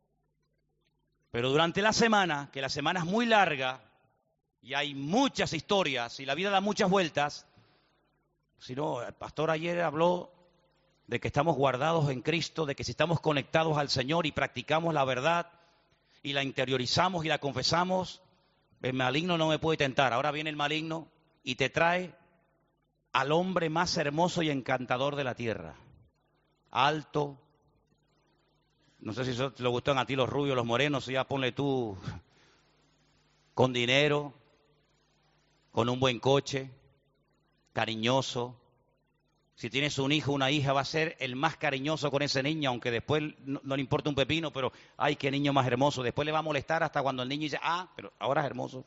Pero durante la semana, que la semana es muy larga, y hay muchas historias, y la vida da muchas vueltas. Si no, el pastor ayer habló de que estamos guardados en Cristo, de que si estamos conectados al Señor y practicamos la verdad, y la interiorizamos y la confesamos, el maligno no me puede tentar. Ahora viene el maligno y te trae al hombre más hermoso y encantador de la tierra. Alto. No sé si eso le gustan a ti los rubios, los morenos, ya ponle tú. Con dinero, con un buen coche, cariñoso, Si tienes un hijo o una hija, va a ser el más cariñoso con ese niño, aunque después no, no le importa un pepino, pero ay, qué niño más hermoso. Después le va a molestar hasta cuando el niño dice, ah, pero ahora es hermoso.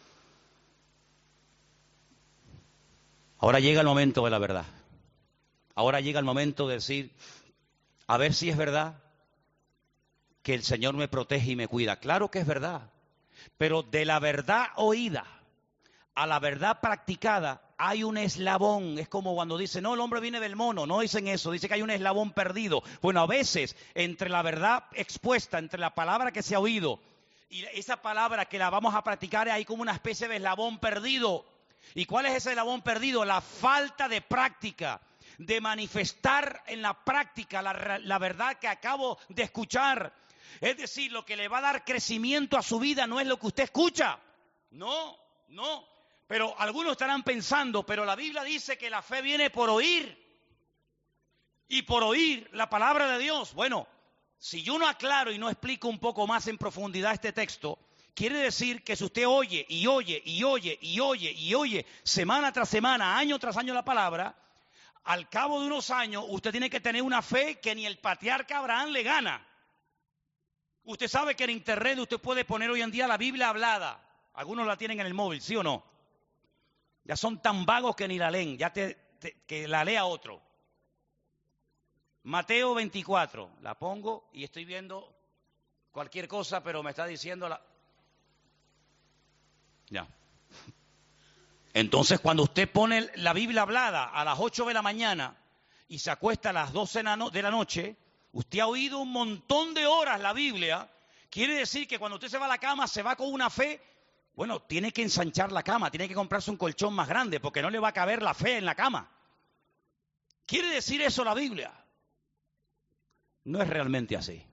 Ahora llega el momento de la verdad. Ahora llega el momento de decir, a ver si es verdad que el Señor me protege y me cuida. Claro que es verdad, pero de la verdad oída a la verdad practicada hay un eslabón. Es como cuando dicen, no, el hombre viene del mono. No dicen eso, dice que hay un eslabón perdido. Bueno, a veces entre la verdad expuesta, entre la palabra que se ha oído y esa palabra que la vamos a practicar, hay como una especie de eslabón perdido. ¿Y cuál es ese eslabón perdido? La falta de práctica, de manifestar en la práctica la, la verdad que acabo de escuchar. Es decir, lo que le va a dar crecimiento a su vida no es lo que usted escucha. No, no. Pero algunos estarán pensando, pero la Biblia dice que la fe viene por oír. Y por oír la palabra de Dios. Bueno, si yo no aclaro y no explico un poco más en profundidad este texto, quiere decir que si usted oye y oye y oye y oye y oye semana tras semana, año tras año la palabra, al cabo de unos años usted tiene que tener una fe que ni el patriarca Abraham le gana. Usted sabe que en internet usted puede poner hoy en día la Biblia hablada. Algunos la tienen en el móvil, ¿sí o no? Ya son tan vagos que ni la leen, ya te, te, que la lea otro. Mateo veinticuatro, la pongo y estoy viendo cualquier cosa, pero me está diciendo la... Ya. Entonces, cuando usted pone la Biblia hablada a las ocho de la mañana y se acuesta a las doce de la noche, usted ha oído un montón de horas la Biblia. Quiere decir que cuando usted se va a la cama, se va con una fe. Bueno, tiene que ensanchar la cama, tiene que comprarse un colchón más grande, porque no le va a caber la fe en la cama. ¿Quiere decir eso la Biblia? No es realmente así.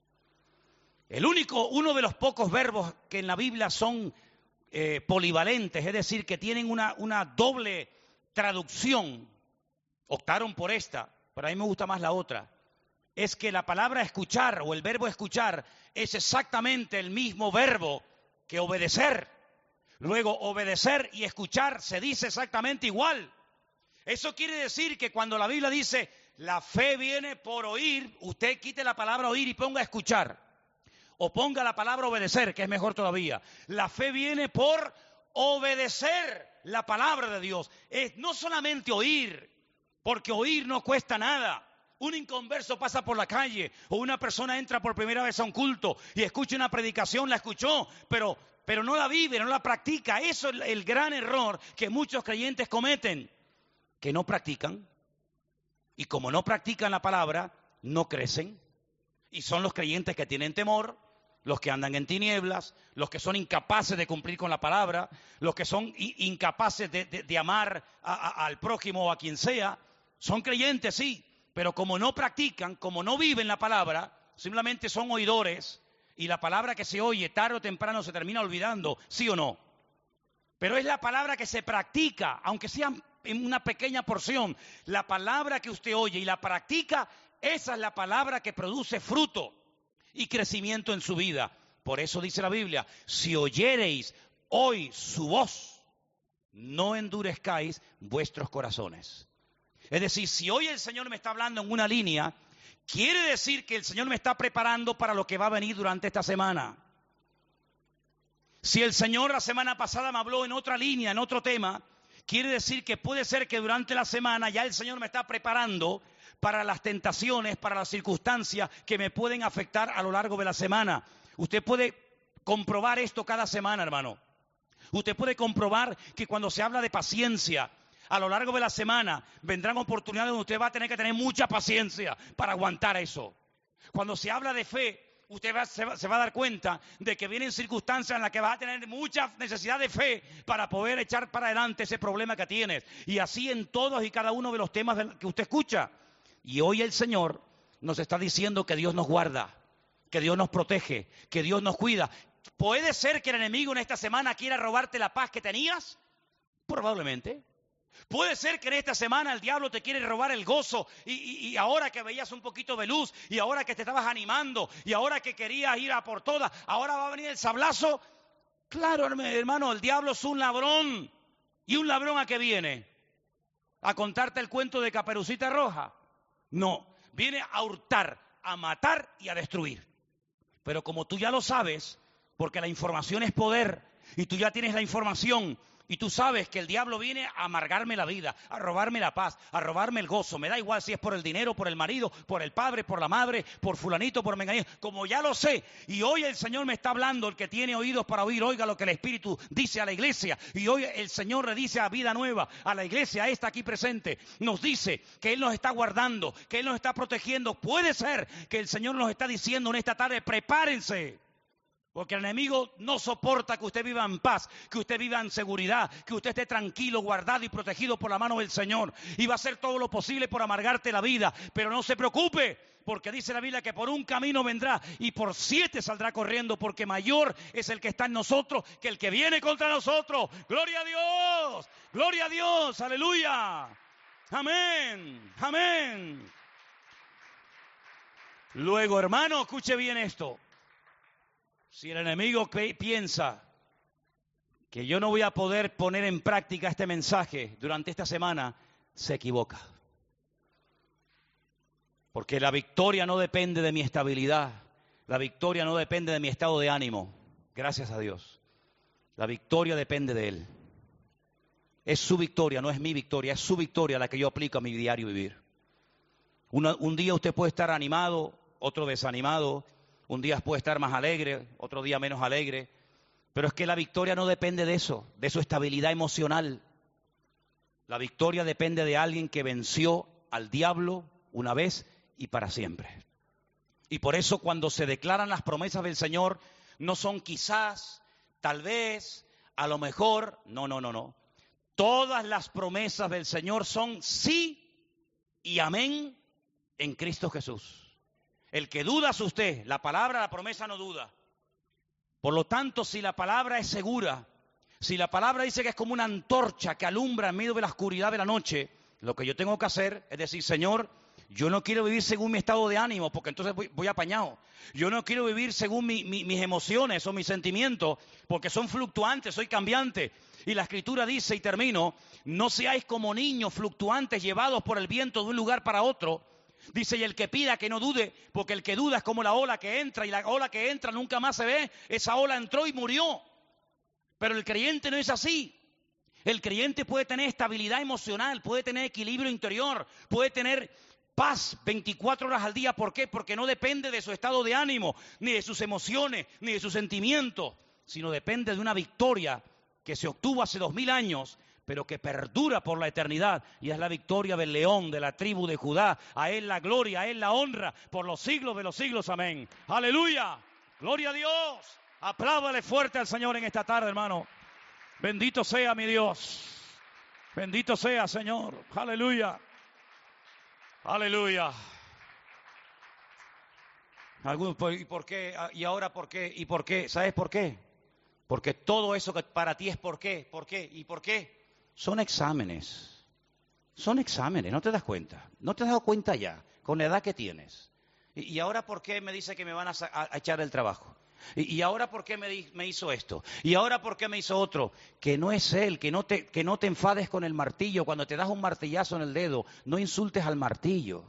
El único, uno de los pocos verbos que en la Biblia son eh, polivalentes, es decir, que tienen una, una doble traducción, optaron por esta, pero a mí me gusta más la otra, es que la palabra escuchar o el verbo escuchar es exactamente el mismo verbo que obedecer. Luego, obedecer y escuchar se dice exactamente igual. Eso quiere decir que cuando la Biblia dice, la fe viene por oír, usted quite la palabra oír y ponga escuchar. O ponga la palabra obedecer, que es mejor todavía. La fe viene por obedecer la palabra de Dios. Es no solamente oír, porque oír no cuesta nada. Un inconverso pasa por la calle o una persona entra por primera vez a un culto y escucha una predicación, la escuchó, pero, pero no la vive, no la practica. Eso es el gran error que muchos creyentes cometen, que no practican. Y como no practican la palabra, no crecen. Y son los creyentes que tienen temor, los que andan en tinieblas, los que son incapaces de cumplir con la palabra, los que son incapaces de, de, de amar a, a, al prójimo o a quien sea. Son creyentes, sí. Pero como no practican, como no viven la palabra, simplemente son oidores y la palabra que se oye tarde o temprano se termina olvidando, ¿sí o no? Pero es la palabra que se practica, aunque sea en una pequeña porción. La palabra que usted oye y la practica, esa es la palabra que produce fruto y crecimiento en su vida. Por eso dice la Biblia, si oyereis hoy su voz, no endurezcáis vuestros corazones. Es decir, si hoy el Señor me está hablando en una línea, quiere decir que el Señor me está preparando para lo que va a venir durante esta semana. Si el Señor la semana pasada me habló en otra línea, en otro tema, quiere decir que puede ser que durante la semana ya el Señor me está preparando para las tentaciones, para las circunstancias que me pueden afectar a lo largo de la semana. Usted puede comprobar esto cada semana, hermano. Usted puede comprobar que cuando se habla de paciencia, a lo largo de la semana vendrán oportunidades donde usted va a tener que tener mucha paciencia para aguantar eso. Cuando se habla de fe, usted va, se, va, se va a dar cuenta de que vienen circunstancias en las que va a tener mucha necesidad de fe para poder echar para adelante ese problema que tienes. Y así en todos y cada uno de los temas que usted escucha. Y hoy el Señor nos está diciendo que Dios nos guarda, que Dios nos protege, que Dios nos cuida. ¿Puede ser que el enemigo en esta semana quiera robarte la paz que tenías? Probablemente. Puede ser que en esta semana el diablo te quiere robar el gozo y, y, y ahora que veías un poquito de luz y ahora que te estabas animando y ahora que querías ir a por todas, ahora va a venir el sablazo. Claro, hermano, el diablo es un ladrón. ¿Y un ladrón a qué viene? a contarte el cuento de Caperucita Roja. No, viene a hurtar, a matar y a destruir. Pero como tú ya lo sabes, porque la información es poder, y tú ya tienes la información, y tú sabes que el diablo viene a amargarme la vida, a robarme la paz, a robarme el gozo. Me da igual si es por el dinero, por el marido, por el padre, por la madre, por fulanito, por menganito. Como ya lo sé, y hoy el Señor me está hablando, el que tiene oídos para oír, oiga lo que el Espíritu dice a la iglesia. Y hoy el Señor le dice a Vida Nueva, a la iglesia, a esta aquí presente, nos dice que Él nos está guardando, que Él nos está protegiendo. Puede ser que el Señor nos está diciendo en esta tarde, prepárense. Porque el enemigo no soporta que usted viva en paz, que usted viva en seguridad, que usted esté tranquilo, guardado y protegido por la mano del Señor. Y va a hacer todo lo posible por amargarte la vida. Pero no se preocupe, porque dice la Biblia que por un camino vendrá y por siete saldrá corriendo, porque mayor es el que está en nosotros que el que viene contra nosotros. ¡Gloria a Dios! ¡Gloria a Dios! ¡Aleluya! ¡Amén! ¡Amén! Luego, hermano, escuche bien esto. Si el enemigo piensa que yo no voy a poder poner en práctica este mensaje durante esta semana, se equivoca. Porque la victoria no depende de mi estabilidad, la victoria no depende de mi estado de ánimo, gracias a Dios. La victoria depende de Él. Es su victoria, no es mi victoria, es su victoria la que yo aplico a mi diario vivir. Una, un día usted puede estar animado, otro desanimado. Un día puede estar más alegre, otro día menos alegre. Pero es que la victoria no depende de eso, de su estabilidad emocional. La victoria depende de alguien que venció al diablo una vez y para siempre. Y por eso cuando se declaran las promesas del Señor, no son quizás, tal vez, a lo mejor. No, no, no, no. Todas las promesas del Señor son sí y amén en Cristo Jesús. El que duda es usted, la palabra, la promesa no duda. Por lo tanto, si la palabra es segura, si la palabra dice que es como una antorcha que alumbra en medio de la oscuridad de la noche, lo que yo tengo que hacer es decir, Señor, yo no quiero vivir según mi estado de ánimo, porque entonces voy, voy apañado. Yo no quiero vivir según mi, mi, mis emociones o mis sentimientos, porque son fluctuantes, soy cambiante. Y la Escritura dice, y termino, no seáis como niños fluctuantes llevados por el viento de un lugar para otro. Dice, y el que pida que no dude, porque el que duda es como la ola que entra, y la ola que entra nunca más se ve. Esa ola entró y murió. Pero el creyente no es así. El creyente puede tener estabilidad emocional, puede tener equilibrio interior, puede tener paz veinticuatro horas al día. ¿Por qué? Porque no depende de su estado de ánimo, ni de sus emociones, ni de sus sentimientos, sino depende de una victoria que se obtuvo hace dos mil años, pero que perdura por la eternidad, y es la victoria del león de la tribu de Judá. A Él la gloria, a Él la honra, por los siglos de los siglos. Amén. ¡Aleluya! ¡Gloria a Dios! Apláudale fuerte al Señor en esta tarde, hermano. Bendito sea mi Dios. Bendito sea, Señor. ¡Aleluya! ¡Aleluya! Algunos, ¿y por qué? ¿Y ahora por qué? ¿Y por qué? ¿Sabes por qué? Porque todo eso que para ti es por qué, por qué y por qué. Son exámenes, son exámenes, no te das cuenta, no te has dado cuenta ya, con la edad que tienes. ¿Y, y ahora por qué me dice que me van a, a, a echar el trabajo? ¿Y, y ahora por qué me, di, me hizo esto? ¿Y ahora por qué me hizo otro? Que no es él, que no, te, que no te enfades con el martillo. Cuando te das un martillazo en el dedo, no insultes al martillo.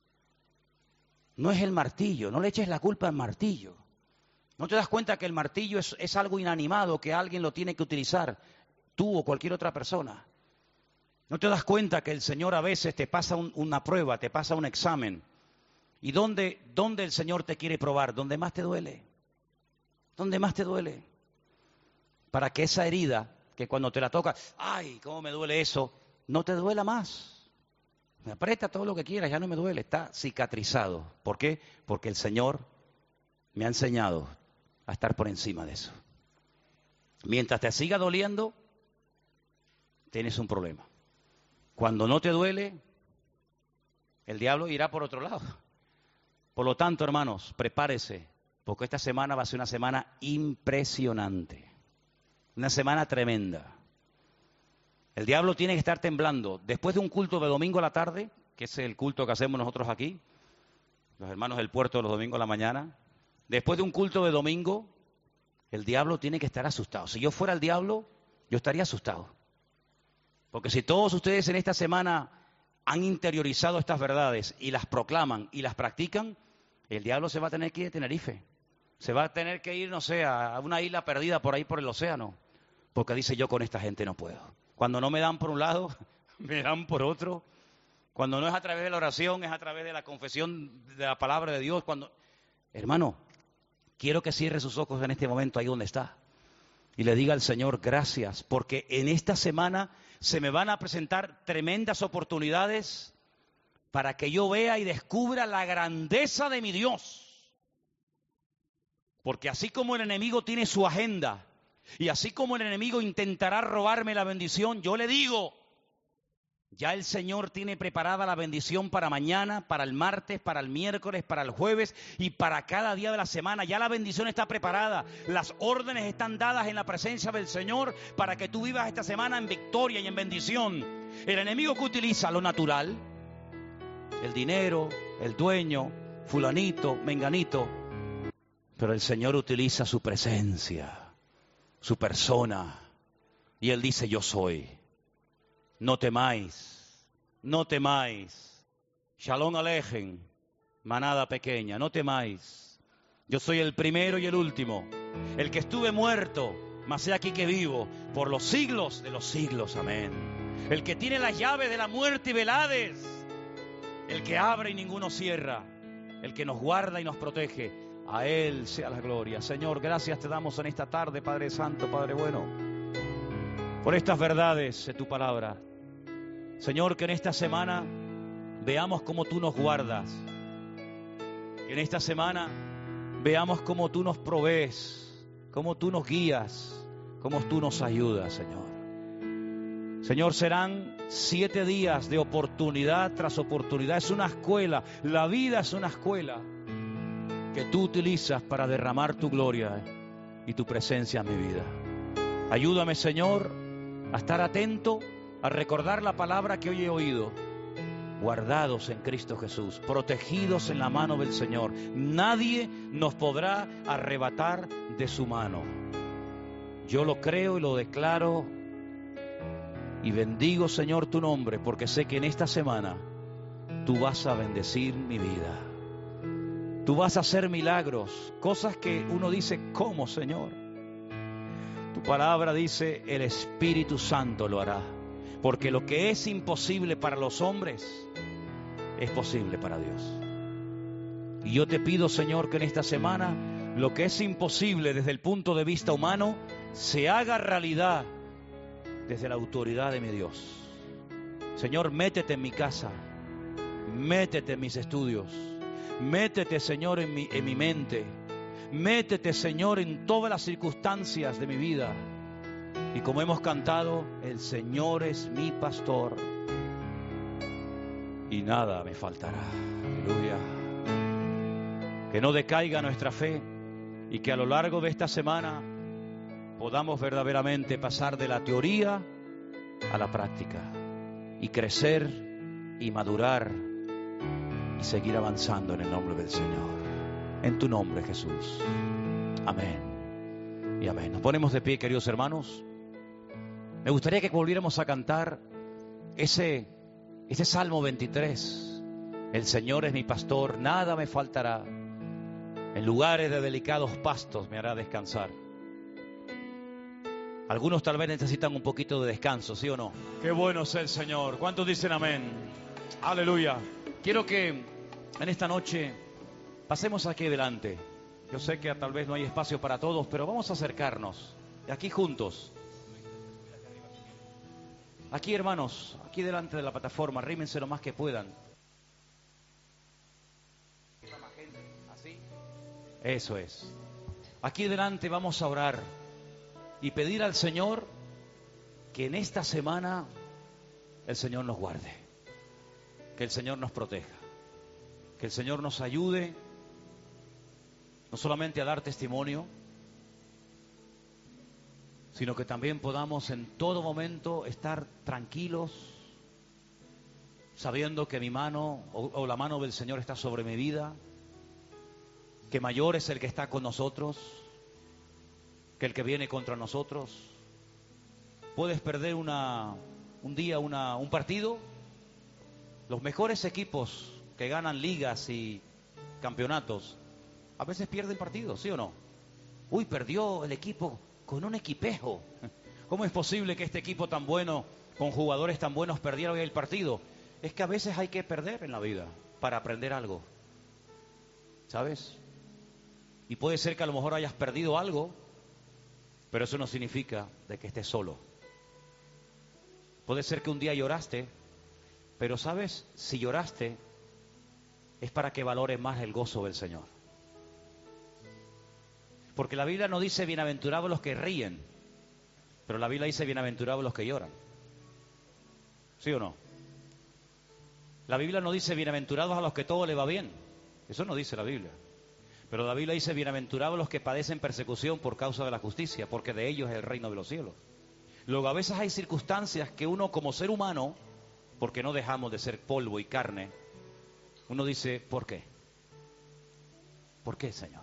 No es el martillo, no le eches la culpa al martillo. ¿No te das cuenta que el martillo es, es algo inanimado, que alguien lo tiene que utilizar? Tú o cualquier otra persona. ¿No te das cuenta que el Señor a veces te pasa un, una prueba, te pasa un examen? ¿Y dónde, dónde el Señor te quiere probar? ¿Dónde más te duele? ¿Dónde más te duele? Para que esa herida, que cuando te la toca, ¡ay, cómo me duele eso!, no te duela más. Me aprieta todo lo que quieras, ya no me duele, está cicatrizado. ¿Por qué? Porque el Señor me ha enseñado a estar por encima de eso. Mientras te siga doliendo, tienes un problema. Cuando no te duele, el diablo irá por otro lado. Por lo tanto, hermanos, prepárese, porque esta semana va a ser una semana impresionante, una semana tremenda. El diablo tiene que estar temblando. Después de un culto de domingo a la tarde, que es el culto que hacemos nosotros aquí, los hermanos del puerto los domingos a la mañana, después de un culto de domingo, el diablo tiene que estar asustado. Si yo fuera el diablo, yo estaría asustado. Porque si todos ustedes en esta semana han interiorizado estas verdades y las proclaman y las practican, el diablo se va a tener que ir de Tenerife. Se va a tener que ir, no sé, a una isla perdida por ahí por el océano. Porque dice, yo con esta gente no puedo. Cuando no me dan por un lado, me dan por otro. Cuando no es a través de la oración, es a través de la confesión de la palabra de Dios. Cuando, hermano, quiero que cierre sus ojos en este momento ahí donde está. Y le diga al Señor, gracias, porque en esta semana se me van a presentar tremendas oportunidades para que yo vea y descubra la grandeza de mi Dios. Porque así como el enemigo tiene su agenda, y así como el enemigo intentará robarme la bendición, yo le digo, ya el Señor tiene preparada la bendición para mañana, para el martes, para el miércoles, para el jueves y para cada día de la semana. Ya la bendición está preparada. Las órdenes están dadas en la presencia del Señor para que tú vivas esta semana en victoria y en bendición. El enemigo que utiliza lo natural, el dinero, el dueño, fulanito, menganito, pero el Señor utiliza su presencia, su persona, y Él dice, yo soy. No temáis, no temáis. Shalom Alejem, manada pequeña, no temáis. Yo soy el primero y el último, el que estuve muerto, mas he aquí que vivo, por los siglos de los siglos, amén. El que tiene las llaves de la muerte y del Hades, el que abre y ninguno cierra, el que nos guarda y nos protege, a Él sea la gloria. Señor, gracias te damos en esta tarde, Padre Santo, Padre bueno, por estas verdades de tu palabra. Señor, que en esta semana veamos cómo tú nos guardas. Que en esta semana veamos cómo tú nos provees, cómo tú nos guías, cómo tú nos ayudas, Señor. Señor, serán siete días de oportunidad tras oportunidad. Es una escuela, la vida es una escuela que tú utilizas para derramar tu gloria y tu presencia en mi vida. Ayúdame, Señor, a estar atento, a recordar la palabra que hoy he oído. Guardados en Cristo Jesús, protegidos en la mano del Señor. Nadie nos podrá arrebatar de su mano. Yo lo creo y lo declaro y bendigo, Señor, tu nombre, porque sé que en esta semana tú vas a bendecir mi vida. Tú vas a hacer milagros, cosas que uno dice, ¿cómo, Señor? Tu palabra dice, el Espíritu Santo lo hará. Porque lo que es imposible para los hombres, es posible para Dios. Y yo te pido, Señor, que en esta semana, lo que es imposible desde el punto de vista humano, se haga realidad desde la autoridad de mi Dios. Señor, métete en mi casa, métete en mis estudios, métete, Señor, en mi, en mi mente, métete, Señor, en todas las circunstancias de mi vida. Y como hemos cantado, el Señor es mi pastor y nada me faltará. Aleluya. Que no decaiga nuestra fe y que a lo largo de esta semana podamos verdaderamente pasar de la teoría a la práctica y crecer y madurar y seguir avanzando en el nombre del Señor. En tu nombre, Jesús. Amén y amén. Nos ponemos de pie, queridos hermanos. Me gustaría que volviéramos a cantar ese, ese Salmo veintitrés. El Señor es mi pastor, nada me faltará. En lugares de delicados pastos me hará descansar. Algunos tal vez necesitan un poquito de descanso, ¿sí o no? Qué bueno es el Señor. ¿Cuántos dicen amén? Aleluya. Quiero que en esta noche pasemos aquí delante. Yo sé que tal vez no hay espacio para todos, pero vamos a acercarnos. Aquí juntos. Aquí, hermanos, aquí delante de la plataforma, arrímense lo más que puedan. ¿Así? Eso es. Aquí delante vamos a orar y pedir al Señor que en esta semana el Señor nos guarde, que el Señor nos proteja, que el Señor nos ayude no solamente a dar testimonio, sino que también podamos en todo momento estar tranquilos, sabiendo que mi mano o, o la mano del Señor está sobre mi vida, que mayor es el que está con nosotros que el que viene contra nosotros. Puedes perder una, un día una, un partido, los mejores equipos que ganan ligas y campeonatos, a veces pierden partidos, ¿sí o no? Uy, perdió el equipo con un equipejo. ¿Cómo es posible que este equipo tan bueno, con jugadores tan buenos, perdiera hoy el partido? Es que a veces hay que perder en la vida para aprender algo, ¿sabes? Y puede ser que a lo mejor hayas perdido algo, pero eso no significa de que estés solo. Puede ser que un día lloraste, pero ¿sabes? Si lloraste, es para que valores más el gozo del Señor. Porque la Biblia no dice bienaventurados los que ríen, pero la Biblia dice bienaventurados los que lloran. ¿Sí o no? La Biblia no dice bienaventurados a los que todo le va bien. Eso no dice la Biblia. Pero la Biblia dice bienaventurados los que padecen persecución por causa de la justicia, porque de ellos es el reino de los cielos. Luego a veces hay circunstancias que uno como ser humano, porque no dejamos de ser polvo y carne, uno dice, ¿por qué? ¿Por qué, Señor?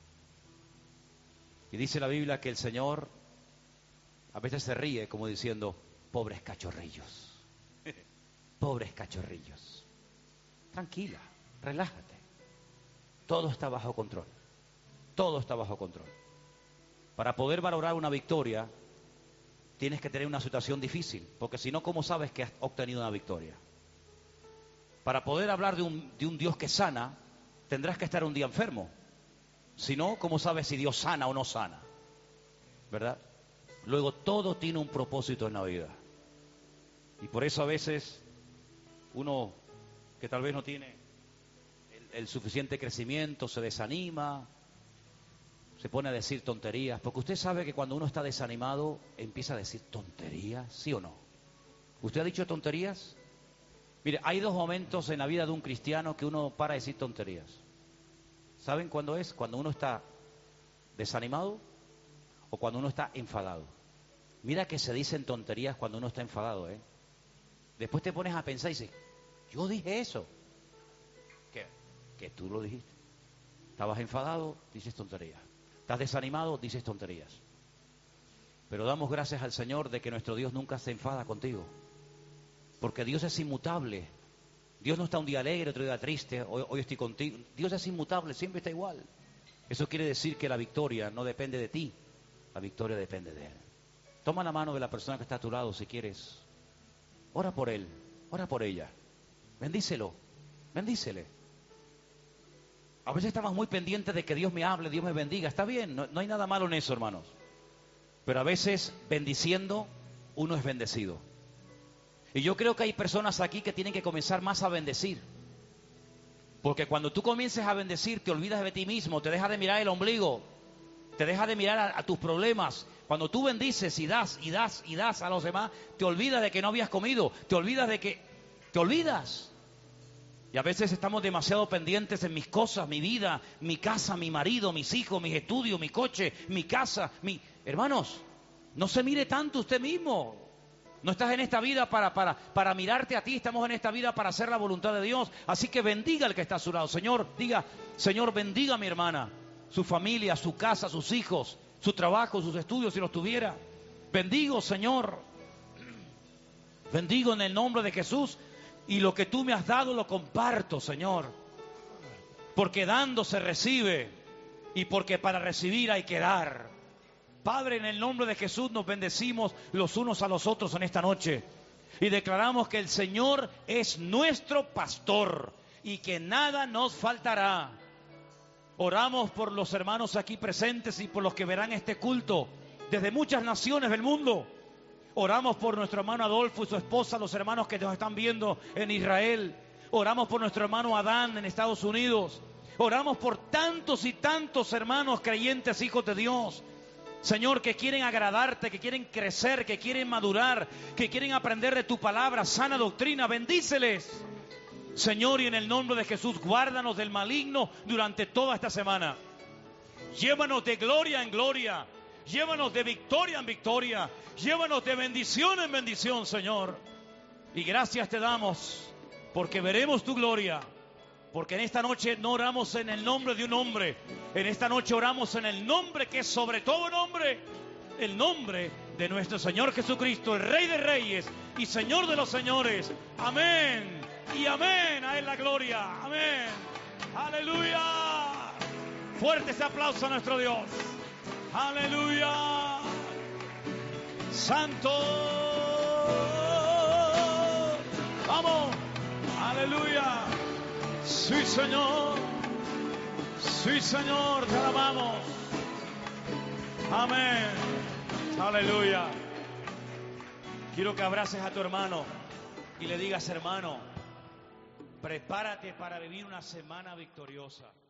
Y dice la Biblia que el Señor a veces se ríe como diciendo, pobres cachorrillos, pobres cachorrillos. Tranquila, relájate. Todo está bajo control. Todo está bajo control. Para poder valorar una victoria, tienes que tener una situación difícil, porque si no, ¿cómo sabes que has obtenido una victoria? Para poder hablar de un, de un Dios que sana, tendrás que estar un día enfermo. Si no, ¿cómo sabes si Dios sana o no sana? ¿Verdad? Luego, todo tiene un propósito en la vida. Y por eso a veces, uno que tal vez no tiene el, el suficiente crecimiento, se desanima, se pone a decir tonterías, porque usted sabe que cuando uno está desanimado, empieza a decir tonterías, ¿sí o no? ¿Usted ha dicho tonterías? Mire, hay dos momentos en la vida de un cristiano que uno para de decir tonterías. ¿Saben cuándo es? Cuando uno está desanimado o cuando uno está enfadado. Mira que se dicen tonterías cuando uno está enfadado, ¿eh? Después te pones a pensar y dices, yo dije eso. ¿Qué? Que tú lo dijiste. Estabas enfadado, dices tonterías. Estás desanimado, dices tonterías. Pero damos gracias al Señor de que nuestro Dios nunca se enfada contigo. Porque Dios es inmutable. Dios no está un día alegre, otro día triste, hoy, hoy estoy contigo. Dios es inmutable, siempre está igual. Eso quiere decir que la victoria no depende de ti, la victoria depende de Él. Toma la mano de la persona que está a tu lado si quieres. Ora por él, ora por ella. Bendícelo, bendícele. A veces estamos muy pendientes de que Dios me hable, Dios me bendiga. Está bien, no, no hay nada malo en eso, hermanos. Pero a veces bendiciendo, uno es bendecido. Y yo creo que hay personas aquí que tienen que comenzar más a bendecir. Porque cuando tú comiences a bendecir, te olvidas de ti mismo, te dejas de mirar el ombligo, te dejas de mirar a, a tus problemas. Cuando tú bendices y das, y das, y das a los demás, te olvidas de que no habías comido, te olvidas de que... Te olvidas. Y a veces estamos demasiado pendientes en mis cosas, mi vida, mi casa, mi marido, mis hijos, mis estudios, mi coche, mi casa, mi... Hermanos, no se mire tanto usted mismo. No estás en esta vida para, para, para mirarte a ti, estamos en esta vida para hacer la voluntad de Dios. Así que bendiga al que está a su lado. Señor, diga, Señor, bendiga a mi hermana, su familia, su casa, sus hijos, su trabajo, sus estudios, si los tuviera. Bendigo, Señor. Bendigo en el nombre de Jesús. Y lo que tú me has dado lo comparto, Señor. Porque dando se recibe. Y porque para recibir hay que dar. Padre, en el nombre de Jesús nos bendecimos los unos a los otros en esta noche. Y declaramos que el Señor es nuestro pastor. Y que nada nos faltará. Oramos por los hermanos aquí presentes y por los que verán este culto desde muchas naciones del mundo. Oramos por nuestro hermano Adolfo y su esposa, los hermanos que nos están viendo en Israel. Oramos por nuestro hermano Adán en Estados Unidos. Oramos por tantos y tantos hermanos creyentes, hijos de Dios. Señor, que quieren agradarte, que quieren crecer, que quieren madurar, que quieren aprender de tu palabra, sana doctrina. Bendíceles. Señor, y en el nombre de Jesús, guárdanos del maligno durante toda esta semana. Llévanos de gloria en gloria. Llévanos de victoria en victoria. Llévanos de bendición en bendición, Señor. Y gracias te damos, porque veremos tu gloria. Porque en esta noche no oramos en el nombre de un hombre. En esta noche oramos en el nombre que es sobre todo nombre. El nombre de nuestro Señor Jesucristo, el Rey de Reyes y Señor de los señores. Amén y amén. A Él la gloria. Amén. Aleluya. Fuerte ese aplauso a nuestro Dios. Aleluya. Santo. Vamos. Aleluya. Sí, Señor. Sí, Señor, te alabamos. Amén. Aleluya. Quiero que abraces a tu hermano y le digas, hermano, prepárate para vivir una semana victoriosa.